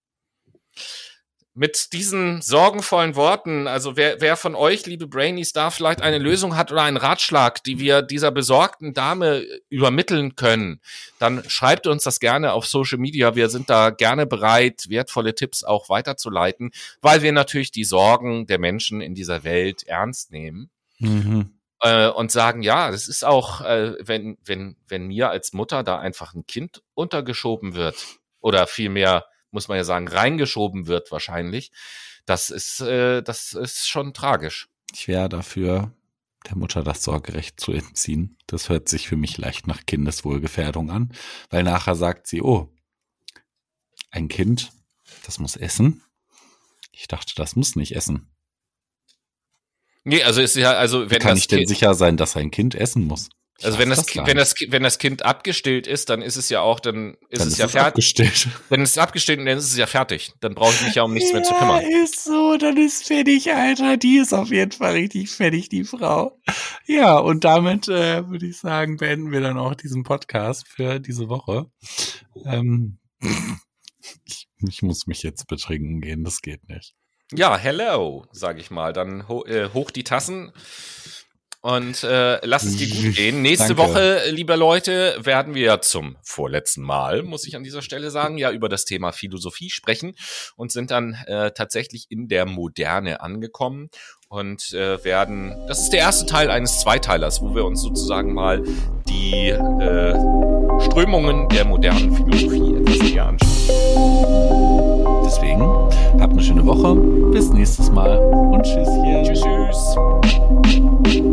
Mit diesen sorgenvollen Worten, also wer, wer von euch, liebe Brainies, da vielleicht eine Lösung hat oder einen Ratschlag, die wir dieser besorgten Dame übermitteln können, dann schreibt uns das gerne auf Social Media. Wir sind da gerne bereit, wertvolle Tipps auch weiterzuleiten, weil wir natürlich die Sorgen der Menschen in dieser Welt ernst nehmen. Mhm. Äh, und sagen, ja, das ist auch, äh, wenn, wenn, wenn mir als Mutter da einfach ein Kind untergeschoben wird oder vielmehr muss man ja sagen, reingeschoben wird wahrscheinlich. Das ist, äh, das ist schon tragisch. Ich wäre dafür, der Mutter das Sorgerecht zu entziehen. Das hört sich für mich leicht nach Kindeswohlgefährdung an, weil nachher sagt sie, oh, ein Kind, das muss essen. Ich dachte, das muss nicht essen. Nee, also ist ja, also wenn Wie kann das ich denn Kind, sicher sein, dass ein Kind essen muss? Ich also wenn das, das wenn das, wenn das Kind abgestillt ist, dann ist es ja auch, dann ist dann es ist ja es fertig. abgestillt. Wenn es abgestillt ist, dann ist es ja fertig. Dann brauche ich mich ja um nichts ja, mehr zu kümmern. Ist so, dann ist fertig, Alter. Die ist auf jeden Fall richtig fertig, die Frau. Ja, und damit äh, würde ich sagen, beenden wir dann auch diesen Podcast für diese Woche. Ähm, ich, ich muss mich jetzt betrinken gehen, das geht nicht. Ja, hello, sage ich mal. Dann ho- äh, hoch die Tassen. Und äh, lasst es dir gut gehen. Nächste Danke. Woche, liebe Leute, werden wir zum vorletzten Mal, muss ich an dieser Stelle sagen, ja über das Thema Philosophie sprechen und sind dann äh, tatsächlich in der Moderne angekommen und äh, werden, das ist der erste Teil eines Zweiteilers, wo wir uns sozusagen mal die äh, Strömungen der modernen Philosophie etwas näher anschauen. Deswegen, habt eine schöne Woche. Bis nächstes Mal und tschüsschen. Tschüss, tschüss.